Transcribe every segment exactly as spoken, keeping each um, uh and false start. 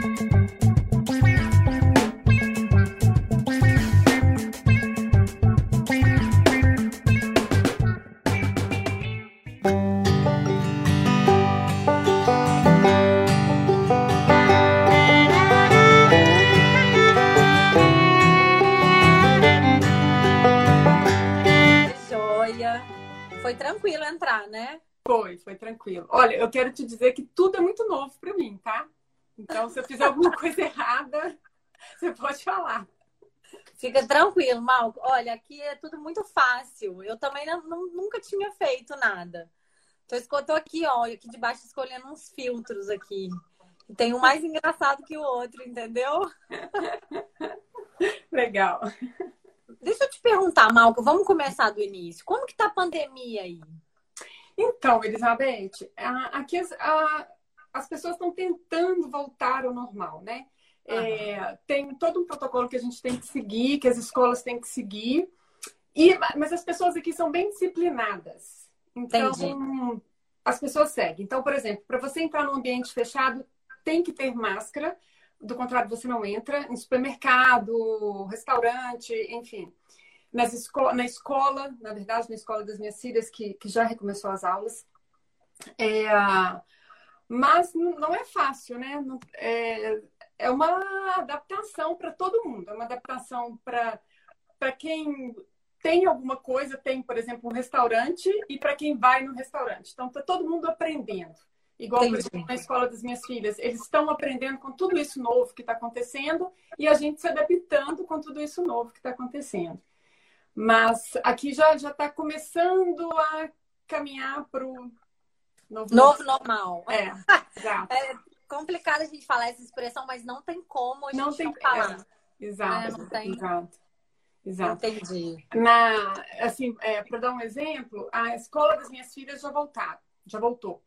Foi tranquilo entrar, né? Foi, foi tranquilo. Olha, eu quero te dizer que tudo é muito novo para mim, tá? Então, se eu fizer alguma coisa errada, você pode falar. Fica tranquilo, Mal. Olha, aqui é tudo muito fácil. Eu também não, não- nunca tinha feito nada. Tô, esco- tô aqui, ó, aqui debaixo escolhendo uns filtros aqui. E tem um mais engraçado que o outro, entendeu? Legal. Deixa eu te perguntar, Malco, vamos começar do início. Como que tá a pandemia aí? Então, Elizabeth, a- aqui as, a- as pessoas estão tentando voltar ao normal, né? Aham. É, tem todo um protocolo que a gente tem que seguir, que as escolas têm que seguir, e, mas as pessoas aqui são bem disciplinadas. Então, Entendi. as pessoas seguem. Então, por exemplo, para você entrar num ambiente fechado, tem que ter máscara, do contrário, você não entra em supermercado, restaurante, enfim. Nas esco na escola, na verdade, na escola das minhas filhas, que, que já recomeçou as aulas. É, mas não não é fácil, né? Não- É, é uma adaptação para todo mundo. É uma adaptação para para quem tem alguma coisa, tem, por exemplo, um restaurante, e para quem vai no restaurante. Então, está todo mundo aprendendo. Igual, por exemplo, Entendi. na escola das minhas filhas, eles estão aprendendo com tudo isso novo que está acontecendo e a gente se adaptando com tudo isso novo que está acontecendo. Mas aqui já já está começando a caminhar para o novo normal. Novo normal. É, exato. É complicado a gente falar essa expressão, mas não tem como a Não gente tem. não falar, É, né? exato, Não tem. exato, exato. Entendi. Na, assim, é, para dar um exemplo, a escola das minhas filhas já voltaram, já voltou.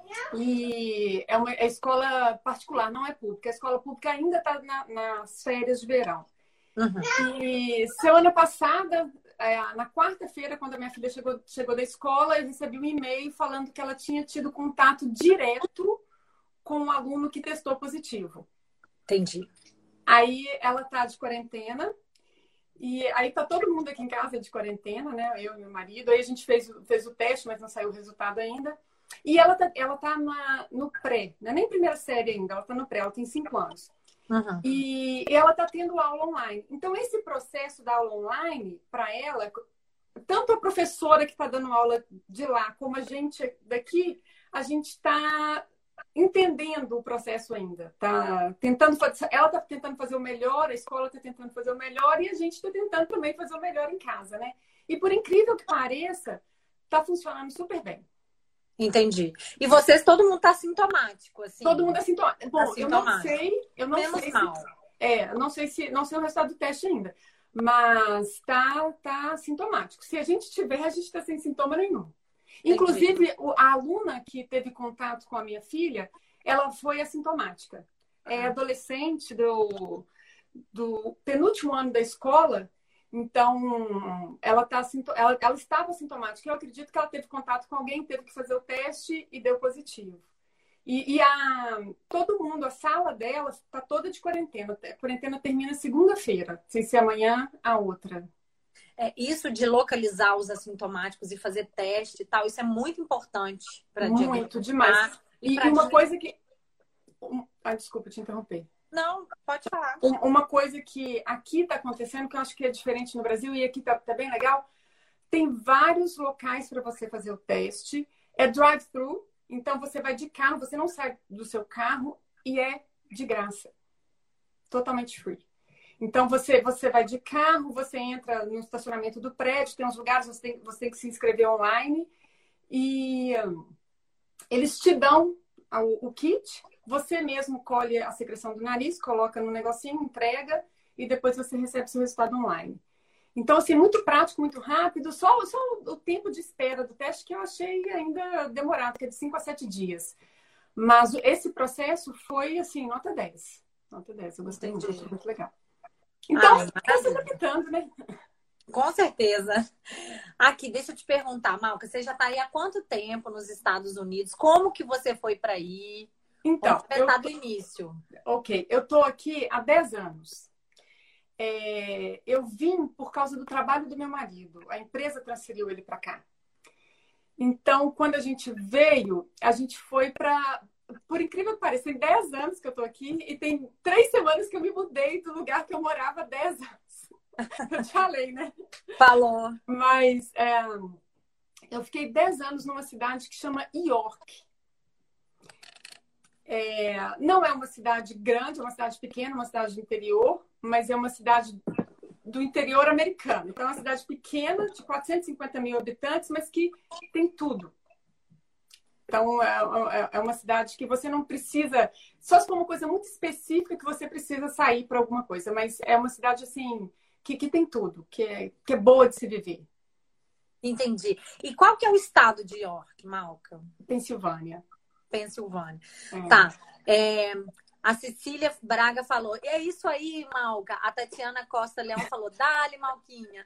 E é uma é escola particular, não é pública. A escola pública ainda está na, nas férias de verão. Uhum. E semana passada, é, na quarta-feira, quando a minha filha chegou, chegou da escola, eu recebi um e-mail falando que ela tinha tido contato direto com um aluno que testou positivo. Entendi. Aí ela tá de quarentena, e aí tá todo mundo aqui em casa de quarentena, né? Eu e meu marido. Aí a gente fez, fez o teste, mas não saiu o resultado ainda. E ela tá, ela tá na, no pré, não é nem primeira série ainda, ela tá no pré, ela tem cinco anos. Uhum. E ela está tendo aula online. Então, esse processo da aula online, para ela, tanto a professora que está dando aula de lá, como a gente daqui, a gente está entendendo o processo ainda. Tá tentando fazer, ela está tentando fazer o melhor, a escola está tentando fazer o melhor e a gente está tentando também fazer o melhor em casa, né? E por incrível que pareça, está funcionando super bem. Entendi. E vocês, todo mundo tá sintomático, assim? Todo mundo é sintomático. Bom, eu não Assintomático. sei, eu não Menos sei mal. se, é, eu não sei se, não sei o resultado do teste ainda, mas tá, tá sintomático. Se a gente tiver, a gente está sem sintoma nenhum. Inclusive, o- a aluna que teve contato com a minha filha, ela foi assintomática. É adolescente do, do penúltimo ano da escola. Então, ela, tá, ela, ela estava sintomática. Eu acredito que ela teve contato com alguém, teve que fazer o teste e deu positivo. E, e a, todo mundo, a sala dela está toda de quarentena. A quarentena termina segunda-feira. Não sei se é amanhã a outra. É, isso de localizar os assintomáticos e fazer teste e tal, isso é muito importante para Muito, demais. E, E, pra e uma gente... coisa que... Um, ah, desculpa te interromper. Não, pode falar. Uma coisa que aqui está acontecendo, que eu acho que é diferente no Brasil, e aqui está tá bem legal, tem vários locais para você fazer o teste. É drive-thru, então você vai de carro, você não sai do seu carro e é de graça. Totalmente free. Então você, você vai de carro, você entra no estacionamento do prédio, tem uns lugares, você tem, você tem que se inscrever online e um, eles te dão o, o kit. Você mesmo colhe a secreção do nariz, coloca no negocinho, entrega e depois você recebe seu resultado online. Então, assim, muito prático, muito rápido. Só, só o tempo de espera do teste que eu achei ainda demorado, que é de cinco a sete dias. Mas esse processo foi, assim, nota dez. Nota dez, eu gostei muito, achei muito legal. Então, está se adaptando, né? Com certeza. Aqui, deixa eu te perguntar, Malca, você já está aí há quanto tempo nos Estados Unidos? Como que você foi para aí? Então, Vamos começar do início. Ok, eu estou aqui há dez anos. É, eu vim por causa do trabalho do meu marido. A empresa transferiu ele para cá. Então, quando a gente veio, a gente foi para... Por incrível que pareça, tem dez anos que eu estou aqui e tem três semanas que eu me mudei do lugar que eu morava há dez anos. Eu te falei, né? Falou. Mas é, eu fiquei dez anos numa cidade que chama York. É, não é uma cidade grande, é uma cidade pequena, uma cidade do interior, mas é uma cidade do interior americano. Então, é uma cidade pequena, de quatrocentos e cinquenta mil habitantes, mas que tem tudo. Então, é, é uma cidade que você não precisa... Só se for uma coisa muito específica que você precisa sair para alguma coisa. Mas é uma cidade, assim, que, que tem tudo, que é, que é boa de se viver. Entendi. E qual que é o estado de York, Malca? Pensilvânia. Pensilvânia. É. Tá. É, a Cecília Braga falou, é isso aí, Malca. A Tatiana Costa Leão falou, dale, Malquinha.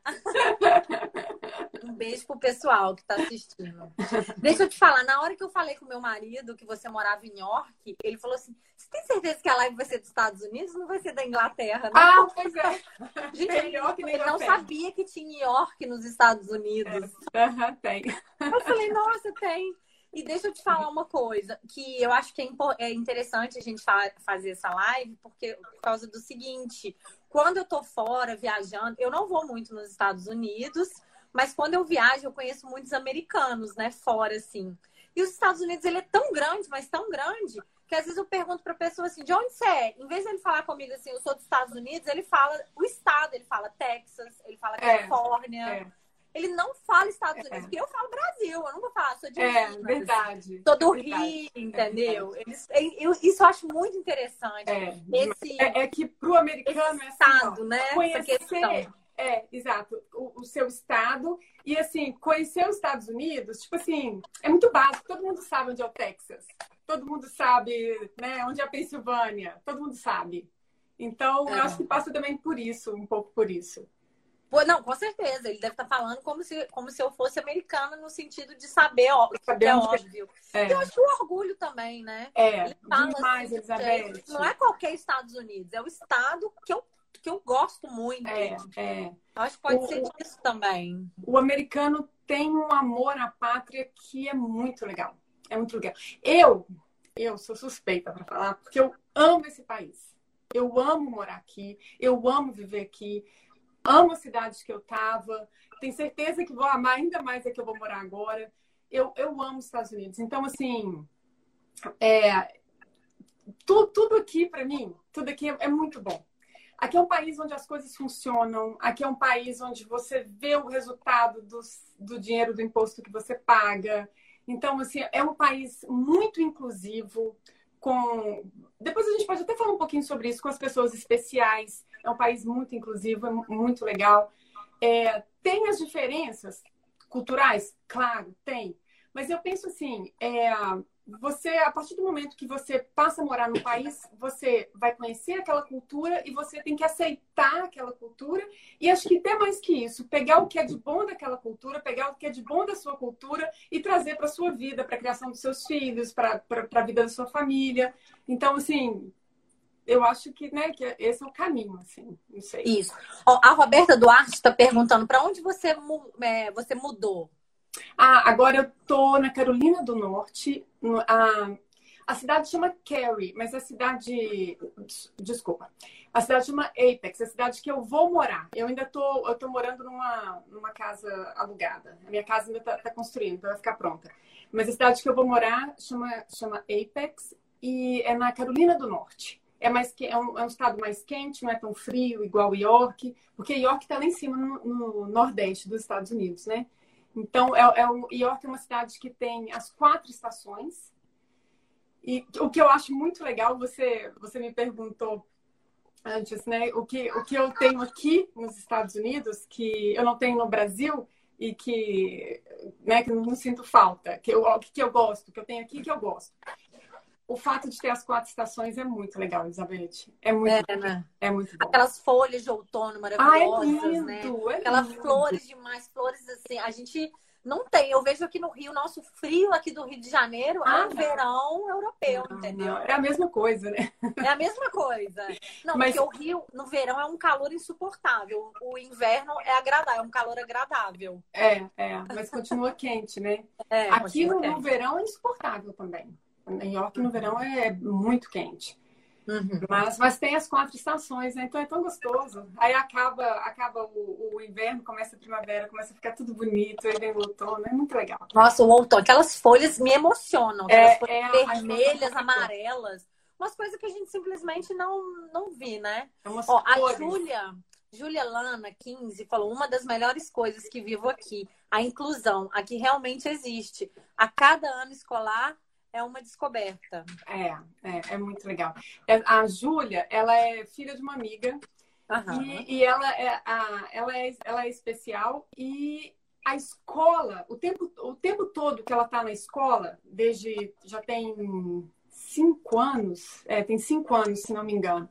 Um beijo pro pessoal que tá assistindo. Deixa eu te falar, na hora que eu falei com meu marido que você morava em York, ele falou assim, você tem certeza que a live vai ser dos Estados Unidos? Não vai ser da Inglaterra, não? Ah, pois é. Gente, tem ele, York, ele não sabia que tinha York nos Estados Unidos. É. Uhum, tem. Eu falei, nossa, tem. E deixa eu te falar uma coisa, que eu acho que é interessante a gente fazer essa live, porque por causa do seguinte, quando eu tô fora viajando, eu não vou muito nos Estados Unidos, mas quando eu viajo, eu conheço muitos americanos, né, fora, assim. E os Estados Unidos, ele é tão grande, mas tão grande, que às vezes eu pergunto pra pessoa assim, de onde você é? Em vez de ele falar comigo assim, eu sou dos Estados Unidos, ele fala o estado, ele fala Texas, ele fala Califórnia. É, é. Ele não fala Estados Unidos, É. porque eu falo Brasil, eu não vou falar, sou de É, Minas, verdade. sou do É verdade. Rio, entendeu? É Eles, eu, isso eu acho muito interessante. É, esse, é, é que pro americano esse é assim, estado, ó, né? conhecer, Essa questão. é, exato, o, o seu estado e assim, conhecer os Estados Unidos, tipo assim, é muito básico, todo mundo sabe onde é o Texas, todo mundo sabe, né, onde é a Pensilvânia, todo mundo sabe. Então, É. eu acho que passa também por isso, um pouco por isso. Pô, não, com certeza. Ele deve estar falando como se, como se eu fosse americana no sentido de saber, ó, que é óbvio. É. E eu acho que o orgulho também, né? É, ele fala demais, assim, Elizabeth. Não é qualquer Estados Unidos, é o estado que eu, que eu gosto muito. É, é. Eu acho que pode o, ser disso também. O americano tem um amor à pátria que é muito legal. É muito legal. Eu, eu sou suspeita para falar, porque eu amo esse país. Eu amo morar aqui, eu amo viver aqui. Amo a cidade que eu estava. Tenho certeza que vou amar ainda mais a que eu vou morar agora. Eu, eu amo os Estados Unidos. Então, assim, é, tu, tudo aqui, para mim, tudo aqui é, é muito bom. Aqui é um país onde as coisas funcionam. Aqui é um país onde você vê o resultado do, do dinheiro do imposto que você paga. Então, assim, é um país muito inclusivo. Com... Depois a gente pode até falar um pouquinho sobre isso com as pessoas especiais. É um país muito inclusivo, é muito legal. É, tem as diferenças culturais? Claro, tem. Mas eu penso assim, é, você, a partir do momento que você passa a morar no país, você vai conhecer aquela cultura e você tem que aceitar aquela cultura. E acho que até mais que isso, pegar o que é de bom daquela cultura, pegar o que é de bom da sua cultura e trazer para a sua vida, para a criação dos seus filhos, para a vida da sua família. Então, assim, eu acho que, né, que esse é o caminho, assim, não sei. Isso. Ó, a Roberta Duarte está perguntando para onde você, é, você mudou? Ah, agora eu tô na Carolina do Norte. A, a cidade chama Cary, mas a cidade... Desculpa. A cidade chama Apex, a cidade que eu vou morar. Eu ainda tô, eu tô morando numa, numa casa alugada. A minha casa ainda tá, tá construindo, então vai ficar pronta. Mas a cidade que eu vou morar chama, chama Apex e é na Carolina do Norte. É, mais que, é, um, é um estado mais quente, não é tão frio igual York, porque York tá lá em cima, no, no nordeste dos Estados Unidos, né? Então, é, é um, York é uma cidade que tem as quatro estações. E o que eu acho muito legal, você, você me perguntou antes, né? O que, o que eu tenho aqui nos Estados Unidos, que eu não tenho no Brasil e que, né, que eu não sinto falta, que eu, que eu gosto, que eu tenho aqui que eu gosto. O fato de ter as quatro estações é muito legal, Elizabeth. É muito, é, né? É muito bom. Aquelas folhas de outono maravilhosas, ah, é lindo, né? É Aquelas lindo. flores demais, flores assim. A gente Não tem. Eu vejo aqui no Rio, nosso frio aqui do Rio de Janeiro Ah, é um não. verão europeu, Não, entendeu? não, é a mesma coisa, né? É a mesma coisa. Não, Mas porque o Rio, no verão, é um calor insuportável. O inverno é agradável, é um calor agradável. é, é, mas continua quente, né? É, Aqui continua no, no quente. verão é insuportável também. Em York no verão é muito quente. Uhum. Mas, mas tem as quatro estações, né? Então é tão gostoso. Aí acaba, acaba o, o inverno, começa a primavera, começa a ficar tudo bonito, aí vem o outono, é muito legal. Nossa, o outono, aquelas folhas me emocionam, aquelas É, folhas é a, a estação vermelhas, perfeita. amarelas, umas coisas que a gente simplesmente não, não vi, né? É umas Ó, a cores. Júlia, Júlia Lana, quinze, falou uma das melhores coisas que vivo aqui, a inclusão, aqui realmente existe. A cada ano escolar é uma descoberta. É, é, é muito legal. É, a Júlia, ela é filha de uma amiga Aham. e, e ela, é, a, ela, é, ela é especial e a escola, o tempo, o tempo todo que ela está na escola, desde já tem cinco anos, é, tem cinco anos, se não me engano,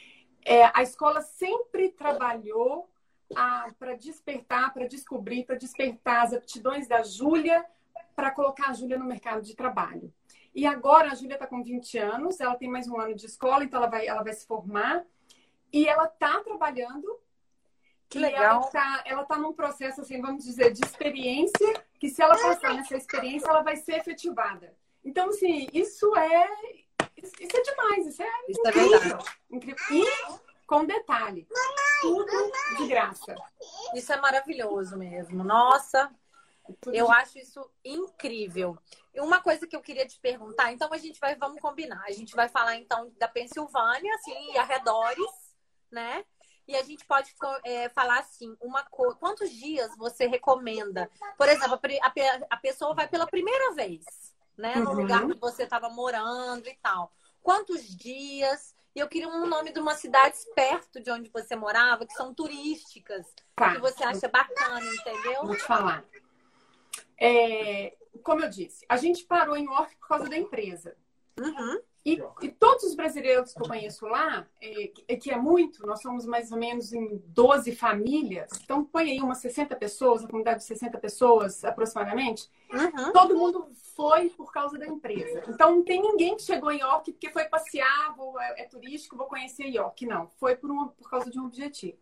é, a escola sempre trabalhou para despertar, para descobrir, para despertar as aptidões da Júlia, para colocar a Júlia no mercado de trabalho. E agora a Júlia está com vinte anos, ela tem mais um ano de escola, então ela vai, ela vai se formar. E ela está trabalhando. Que e legal. ela está ela tá num processo, assim, vamos dizer, de experiência, que se ela passar nessa experiência, ela vai ser efetivada. Então, assim, isso é, isso é demais, isso é Isso incrível. é verdade. incrível. E, com detalhe, tudo de graça. Isso é maravilhoso mesmo. Nossa, Tudo eu de... acho isso incrível. E uma coisa que eu queria te perguntar, então a gente vai, vamos combinar. A gente vai falar então da Pensilvânia, assim, e arredores, né? E a gente pode é, falar assim, uma co... quantos dias você recomenda? Por exemplo, a, a pessoa vai pela primeira vez, né? No Uhum. lugar que você estava morando e tal. Quantos dias? E eu queria um nome de umas cidades perto de onde você morava, que são turísticas, Tá. que você acha bacana, entendeu? Vou te falar. É, como eu disse, a gente parou em York por causa da empresa. Uhum. E, e todos os brasileiros que eu conheço lá, é, que é muito, nós somos mais ou menos em doze famílias, então põe aí umas sessenta pessoas, uma comunidade de sessenta pessoas aproximadamente, Uhum. todo mundo foi por causa da empresa. Então não tem ninguém que chegou em York porque foi passear, vou, é, é turístico, vou conhecer York. Não, foi por, uma, por causa de um objetivo.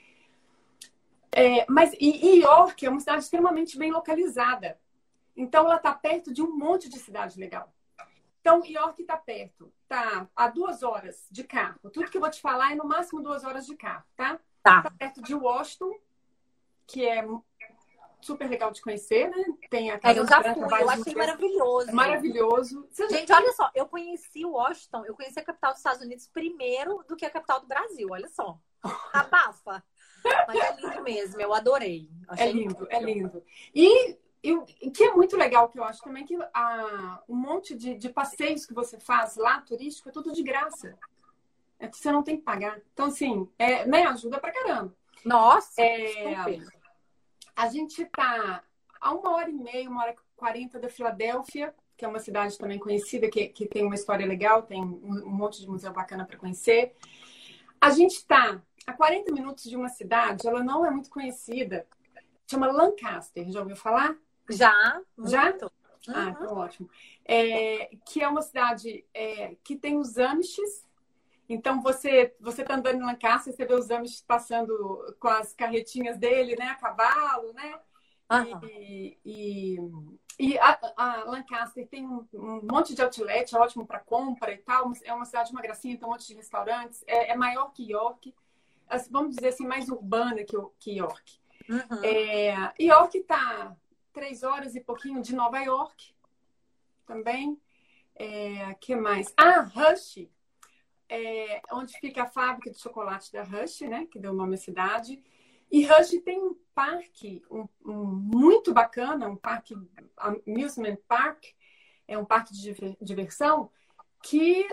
É, mas e, e York é uma cidade extremamente bem localizada. Então ela está perto de um monte de cidade legal. Então, York está perto, tá a duas horas de carro. Tudo que eu vou te falar é no máximo duas horas de carro, tá? Tá. Tá perto de Washington, que é super legal de conhecer, né? Tem a Casa É, eu já Branca, fui, eu vários achei museus. maravilhoso. É maravilhoso. Você já- Gente, olha só, eu conheci Washington, eu conheci a capital dos Estados Unidos primeiro do que a capital do Brasil, olha só. Abafa. Mas é lindo mesmo, eu adorei. Achei É lindo, incrível. é lindo. E E o que é muito legal, que eu acho também, que a, um monte de, de passeios que você faz lá, turístico, é tudo de graça. É, você não tem que pagar. Então, assim, é, né, ajuda pra caramba. Nossa, É, super. a gente tá a uma hora e meia, uma hora e quarenta da Filadélfia, que é uma cidade também conhecida, que, que tem uma história legal, tem um, um monte de museu bacana para conhecer. A gente tá a quarenta minutos de uma cidade, ela não é muito conhecida, chama Lancaster, já ouviu falar? Já? Já? Muito. Uhum. Ah, então ótimo. É, que é uma cidade é, que tem os Amishes. Então, você você tá andando em Lancaster, você vê os Amishes passando com as carretinhas dele, né? A cavalo, né? Uhum. E, e, e a, a Lancaster tem um, um monte de outlet, é ótimo para compra e tal. É uma cidade de uma gracinha, tem um monte de restaurantes. É, é maior que York. Vamos dizer assim, mais urbana que, que York. Uhum. É, York está três horas e pouquinho de Nova York também. É, que mais? Ah, Rush, é, onde fica a fábrica de chocolate da Rush, né? Que deu o nome à cidade. E Rush tem um parque um, um, muito bacana, um parque, Amusement Park, é um parque de diversão, que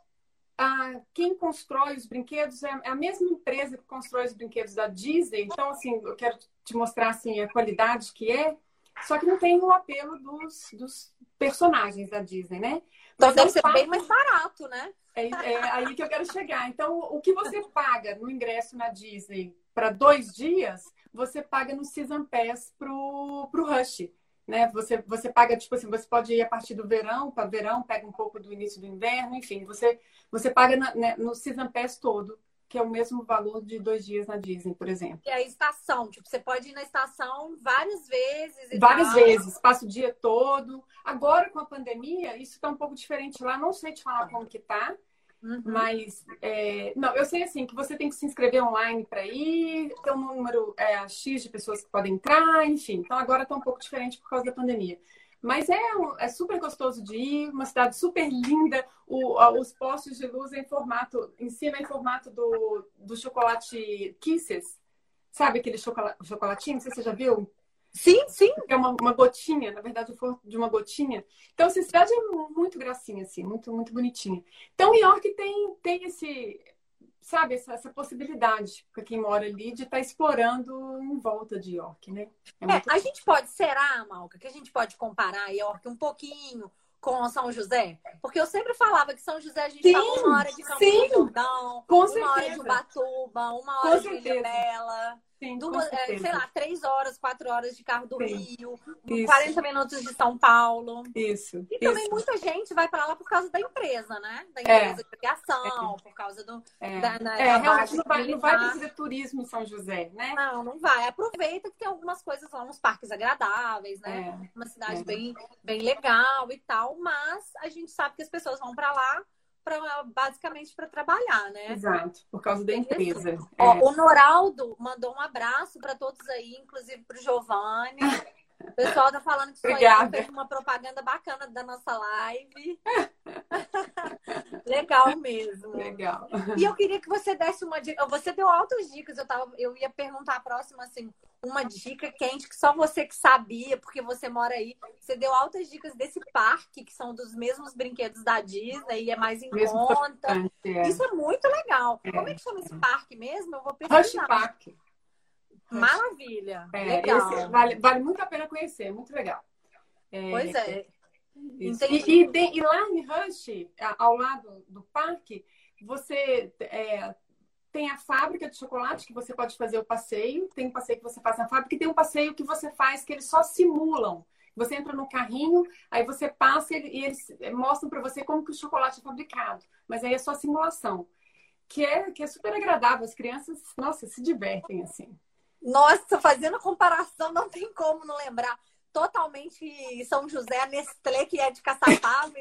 ah, quem constrói os brinquedos é a mesma empresa que constrói os brinquedos da Disney. Então, assim, eu quero te mostrar assim, a qualidade que é, só que não tem o apelo dos, dos personagens da Disney, né? Então Mas deve é um ser parque... bem mais barato, né? É, é aí que eu quero chegar. Então, o que você paga no ingresso na Disney para dois dias, você paga no Season Pass pro, pro Rush. né? Você, você paga, tipo assim, você pode ir a partir do verão para verão, pega um pouco do início do inverno, enfim, você, você paga na, né, no Season Pass todo, que é o mesmo valor de dois dias na Disney, por exemplo. E a estação, tipo, você pode ir na estação várias vezes e Várias tal. vezes, passa o dia todo. Agora, com a pandemia, isso está um pouco diferente lá. Não sei te falar como que tá, Uhum. mas é, não, eu sei assim que você tem que se inscrever online para ir, tem um número é, X de pessoas que podem entrar, enfim. Então agora está um pouco diferente por causa da pandemia. Mas é, é super gostoso de ir, uma cidade super linda. O, os postes de luz em formato, em cima em formato do, do chocolate Kisses. Sabe aquele chocolate, chocolatinho? Não sei se você já viu. Sim, sim. É uma, uma gotinha, na verdade, foi de uma gotinha. Então, essa cidade é muito gracinha, assim, muito, muito bonitinha. Então, York tem, tem esse, sabe, essa, essa possibilidade para quem mora ali de estar tá explorando em volta de York, né? É, É muito... a gente pode, será, Malca, que a gente pode comparar York um pouquinho com São José? Porque eu sempre falava que São José a gente estava uma hora de Campos do Jordão, com uma certeza. hora de Ubatuba, uma hora com de Ilha Bela. Sim, Duas, é, sei lá, três horas, quatro horas de carro do Sim. Rio, Isso. quarenta minutos de São Paulo. Isso. E isso. também muita gente vai para lá por causa da empresa, né? Da empresa é. de aviação, é. por causa do. É, da, da, é da realmente não vai, militar. não vai para fazer turismo em São José, né? Não, não vai. Aproveita que tem algumas coisas lá, uns parques agradáveis, né? É. Uma cidade É. bem, bem legal e tal, mas a gente sabe que as pessoas vão para lá Pra, basicamente para trabalhar, né? Exato, por causa da empresa. É. Ó, o Noraldo mandou um abraço para todos aí, inclusive para o Giovanni. O pessoal tá falando que sua irmã fez uma propaganda bacana da nossa live. Legal mesmo. Legal. E eu queria que você desse uma dica. Você deu altas dicas. Eu, tava... eu ia perguntar a próxima, assim, uma dica quente que só você que sabia, porque você mora aí. Você deu altas dicas desse parque, que são dos mesmos brinquedos da Disney e é mais em mesmo conta. É. Isso é muito legal. É. Como é que chama esse parque mesmo? Eu vou pesquisar. Rush Park. Maravilha. É, legal. Esse vale, vale muito a pena conhecer, muito legal. É, pois é. E, e, de, e lá em Rush, ao lado do parque, você é, tem a fábrica de chocolate que você pode fazer o passeio. Tem um passeio que você faz na fábrica e tem um passeio que você faz que eles só simulam. Você entra no carrinho, aí você passa e eles mostram para você como que o chocolate é fabricado. Mas aí é só simulação. Que é, que é super agradável. As crianças, nossa, se divertem assim. Nossa, fazendo comparação, não tem como não lembrar. Totalmente São José, a Nestlé, que é de Caçapava.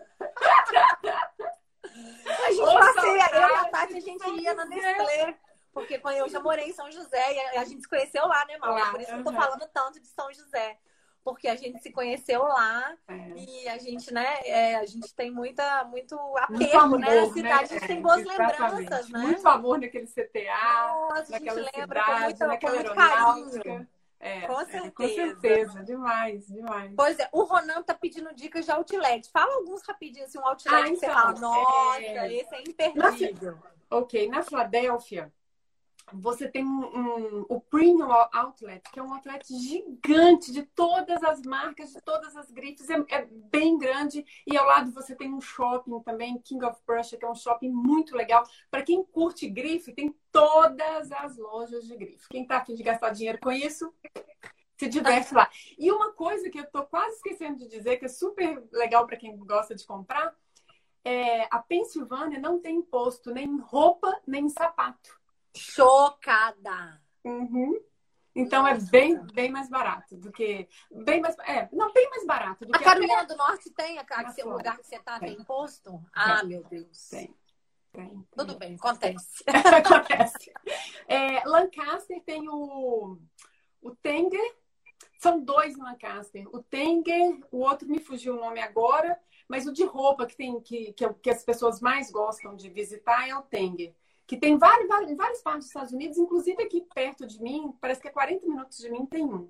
A gente passeia, eu e a Tati, a gente ia na Nestlé. Porque quando eu já morei em São José, e a gente se conheceu lá, né, Mal? Por isso que eu tô falando tanto de São José. Porque a gente se conheceu lá é. e a gente, né, é, a gente tem muita, muito apego, amor, né? A cidade, né? A gente é, tem boas exatamente. lembranças, né? Muito amor naquele C T A, Nossa, naquela a gente lembra cidade, com muito, naquela com muito carinho. É, com certeza. É, com certeza, demais, demais. Pois é, o Ronan tá pedindo dicas de outlet. Fala alguns rapidinhos, assim, um outlet ah, que então, você fala, nossa, é... esse é imperdível. Na... Ok, na Filadélfia, você tem um, um, o Premium Outlet, que é um outlet gigante de todas as marcas, de todas as grifes, é, é bem grande. E ao lado você tem um shopping também, King of Prussia, que é um shopping muito legal. Para quem curte grife, tem todas as lojas de grife. Quem tá a fim de gastar dinheiro com isso, se diverte lá. E uma coisa que eu tô quase esquecendo de dizer, que é super legal para quem gosta de comprar, é a Pensilvânia não tem imposto nem em roupa, nem em sapato. Chocada! Uhum. Então Nossa. é bem, bem mais barato do que. Bem mais, é, não, bem mais barato do a que. A Carolina do Norte tem, a, a, o lugar que você tá, tem, tem imposto? Ah, tem. meu Deus. Tem. Tem, tem. Tudo bem, acontece. acontece. É, Lancaster tem o, o Tanger. São dois Lancaster. O Tanger, o outro me fugiu o nome agora, mas o de roupa que, tem, que, que, que as pessoas mais gostam de visitar é o Tanger. Que tem vários, vários, em várias partes dos Estados Unidos, inclusive aqui perto de mim, parece que é quarenta minutos de mim, tem um.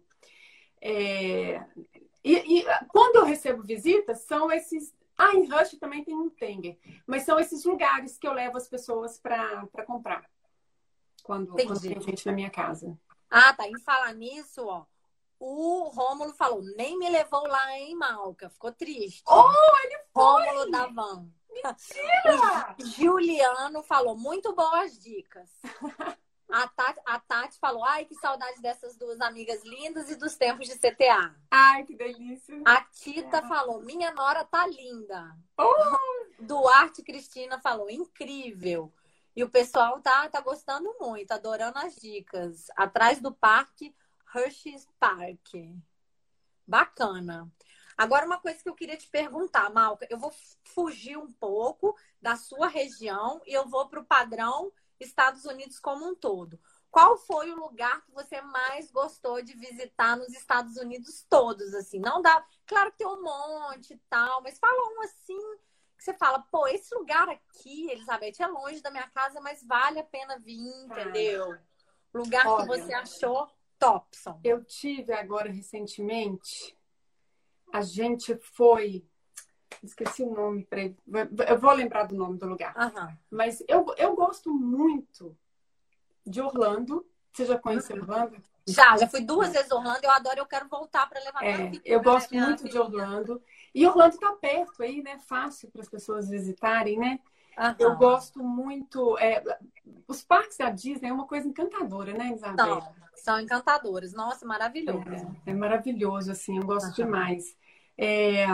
É... E, e quando eu recebo visitas, são esses... Ah, em Rush também tem um Tanger. Mas são esses lugares que eu levo as pessoas para comprar. Quando, quando tem gente na minha casa. Ah, tá. Em falar nisso, ó. O Rômulo falou, nem me levou lá em Malca. Ficou triste. Oh, ele foi! Rômulo da Van. Mentira! O Juliano falou, muito boas dicas. A Tati, a Tati falou, ai, que saudade dessas duas amigas lindas e dos tempos de C T A. Ai, que delícia. A Tita é. falou, minha nora tá linda. Oh! Duarte Cristina falou, incrível. E o pessoal tá, tá gostando muito, adorando as dicas. Atrás do parque, Hershey's Park. Bacana. Agora, uma coisa que eu queria te perguntar, Malca, eu vou fugir um pouco da sua região e eu vou para o padrão Estados Unidos como um todo. Qual foi o lugar que você mais gostou de visitar nos Estados Unidos todos, assim? Não dá... Claro que tem um monte e tal, mas fala um assim que você fala, pô, esse lugar aqui, Elizabeth, é longe da minha casa, mas vale a pena vir, entendeu? Lugar Olha, que você achou topson. Eu tive agora recentemente, a gente foi... Esqueci o nome, peraí. Eu vou lembrar do nome do lugar. Uhum. Mas eu, eu gosto muito de Orlando. Você já conheceu Orlando? Já, já fui duas vezes a Orlando. Eu adoro, eu quero voltar para levar é, minha vida. Eu gosto muito vida. de Orlando. E Orlando tá perto aí, né? Fácil para as pessoas visitarem, né? Uhum. Eu gosto muito... É, os parques da Disney é uma coisa encantadora, né, Isabel? São, são encantadores. Nossa, maravilhoso. É, é maravilhoso, assim. Eu gosto uhum. demais. É...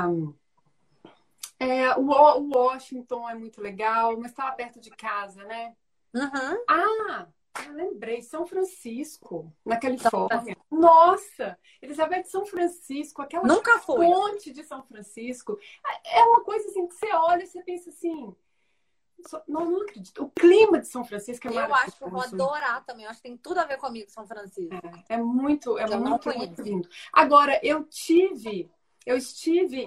É, o, o Washington é muito legal, mas estava perto de casa, né? Uhum. Ah, eu lembrei, São Francisco, na Califórnia. Nossa, Elizabeth, São Francisco, aquela Nunca fui. ponte de São Francisco. É uma coisa assim que você olha e você pensa assim... Não, não acredito. O clima de São Francisco é maravilhoso. Eu acho que eu vou adorar também. Eu acho que tem tudo a ver comigo, São Francisco. É, é muito, é muito, muito lindo. Agora, eu tive... Eu estive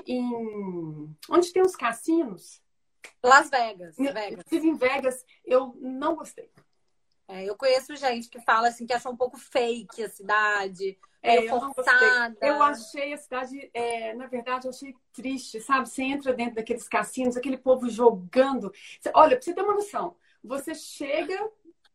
em... Onde tem os cassinos? Las Vegas. Eu Vegas. estive em Vegas. Eu não gostei. É, eu conheço gente que fala assim, que achou um pouco fake a cidade. É, meio eu forçada. Eu achei a cidade... É, na verdade, eu achei triste, sabe? Você entra dentro daqueles cassinos, aquele povo jogando. Olha, pra você ter uma noção. Você chega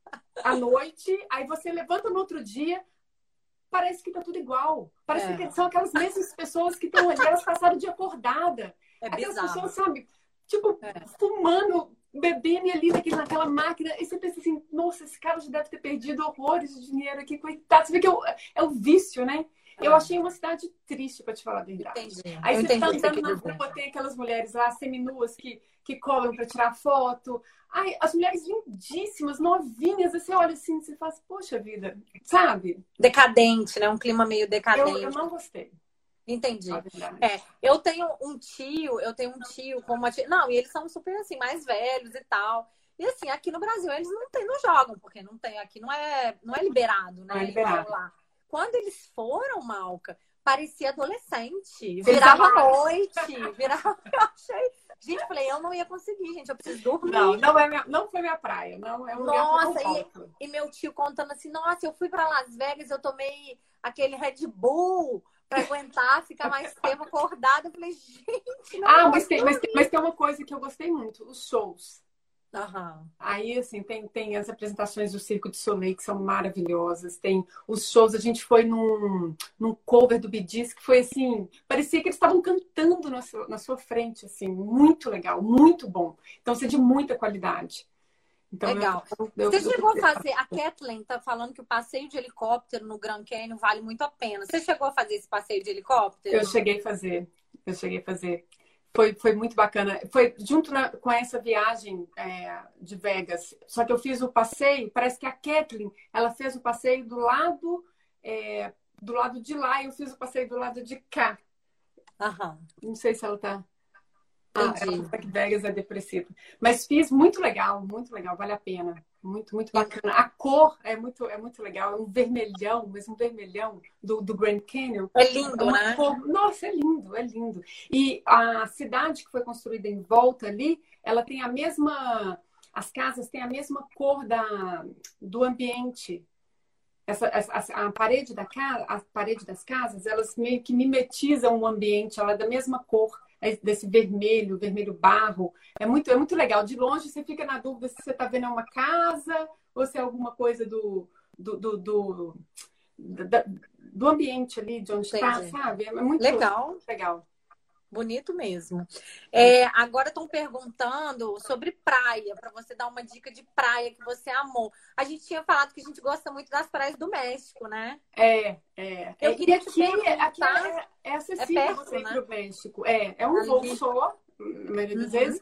à noite, aí você levanta no outro dia... Parece que tá tudo igual. Parece é. que são aquelas mesmas pessoas que estão ali, elas passaram de acordada. É aquelas bizarro. pessoas, sabe? Tipo, é. fumando, bebendo ali naquele, naquela máquina. E você pensa assim, nossa, esse cara já deve ter perdido horrores de dinheiro aqui, coitado. Você vê que é o, é o vício, né? É. Eu achei uma cidade triste, pra te falar a verdade. Entendi. Aí Eu você entendi tá andando na dizer. rua, tem aquelas mulheres lá, seminuas, que, que cobram pra tirar foto. Ai, as mulheres lindíssimas, novinhas, você olha assim, você faz, poxa vida, sabe? Decadente, né? Um clima meio decadente. Eu, eu não gostei. Entendi. É, eu tenho um tio, eu tenho um tio com uma tia... Não, e eles são super, assim, mais velhos e tal. E, assim, aqui no Brasil eles não, tem, não jogam, porque não tem, aqui não é, não é liberado, né? Não é liberado. Lá. Quando eles foram, Malca, parecia adolescente. Virava à noite, virava... Eu achei... Gente, eu falei, eu não ia conseguir, gente, eu preciso dormir. Não, não, é minha, não foi minha praia, não é um Nossa, lugar que eu e, e meu tio contando assim, nossa, eu fui para Las Vegas, eu tomei aquele Red Bull para aguentar, ficar mais tempo acordada. Eu falei, gente, não Ah, mas tem, mas, tem, mas tem uma coisa que eu gostei muito, os shows. Uhum. Aí, assim, tem, tem as apresentações do Circo de Soleil que são maravilhosas. Tem os shows, a gente foi num, num cover do Bee Gees que foi assim, parecia que eles estavam cantando na sua, na sua frente, assim, muito legal, muito bom. Então, isso é de muita qualidade. Então, legal. Eu, eu, Você eu, chegou eu, a fazer, a Kathleen tá falando que o passeio de helicóptero no Grand Canyon vale muito a pena. Você chegou a fazer esse passeio de helicóptero? Eu cheguei a fazer, eu cheguei a fazer. Foi, foi muito bacana. Foi junto na, com essa viagem é, de Vegas. Só que eu fiz o passeio, parece que a Kathleen, ela fez o passeio do lado, é, do lado de lá e eu fiz o passeio do lado de cá. Uhum. Não sei se ela tá... Entendi. Ah, que Vegas é depressiva. Mas fiz muito legal, muito legal, vale a pena. Muito, muito bacana. A cor é muito, é muito legal. É um vermelhão, mas um vermelhão do, do Grand Canyon. É lindo, é né? Cor... Nossa, é lindo, é lindo. E a cidade que foi construída em volta ali, ela tem a mesma... As casas têm a mesma cor da, do ambiente. Essa, a, a, parede da casa, a parede das casas, elas meio que mimetizam o ambiente. Ela é da mesma cor. Desse vermelho, vermelho barro. É muito, é muito legal. De longe você fica na dúvida se você está vendo uma casa ou se é alguma coisa do, do, do, do, do, do ambiente ali, de onde está, sabe? É muito legal. legal. Bonito mesmo. É, agora estão perguntando sobre praia, para você dar uma dica de praia que você amou. A gente tinha falado que a gente gosta muito das praias do México, né? É, é. Eu é. E queria te aqui, aqui perguntar, é, é é acessível perto, você ir né? para o México. É, é um voo Ali. só, na maioria das Uhum. vezes.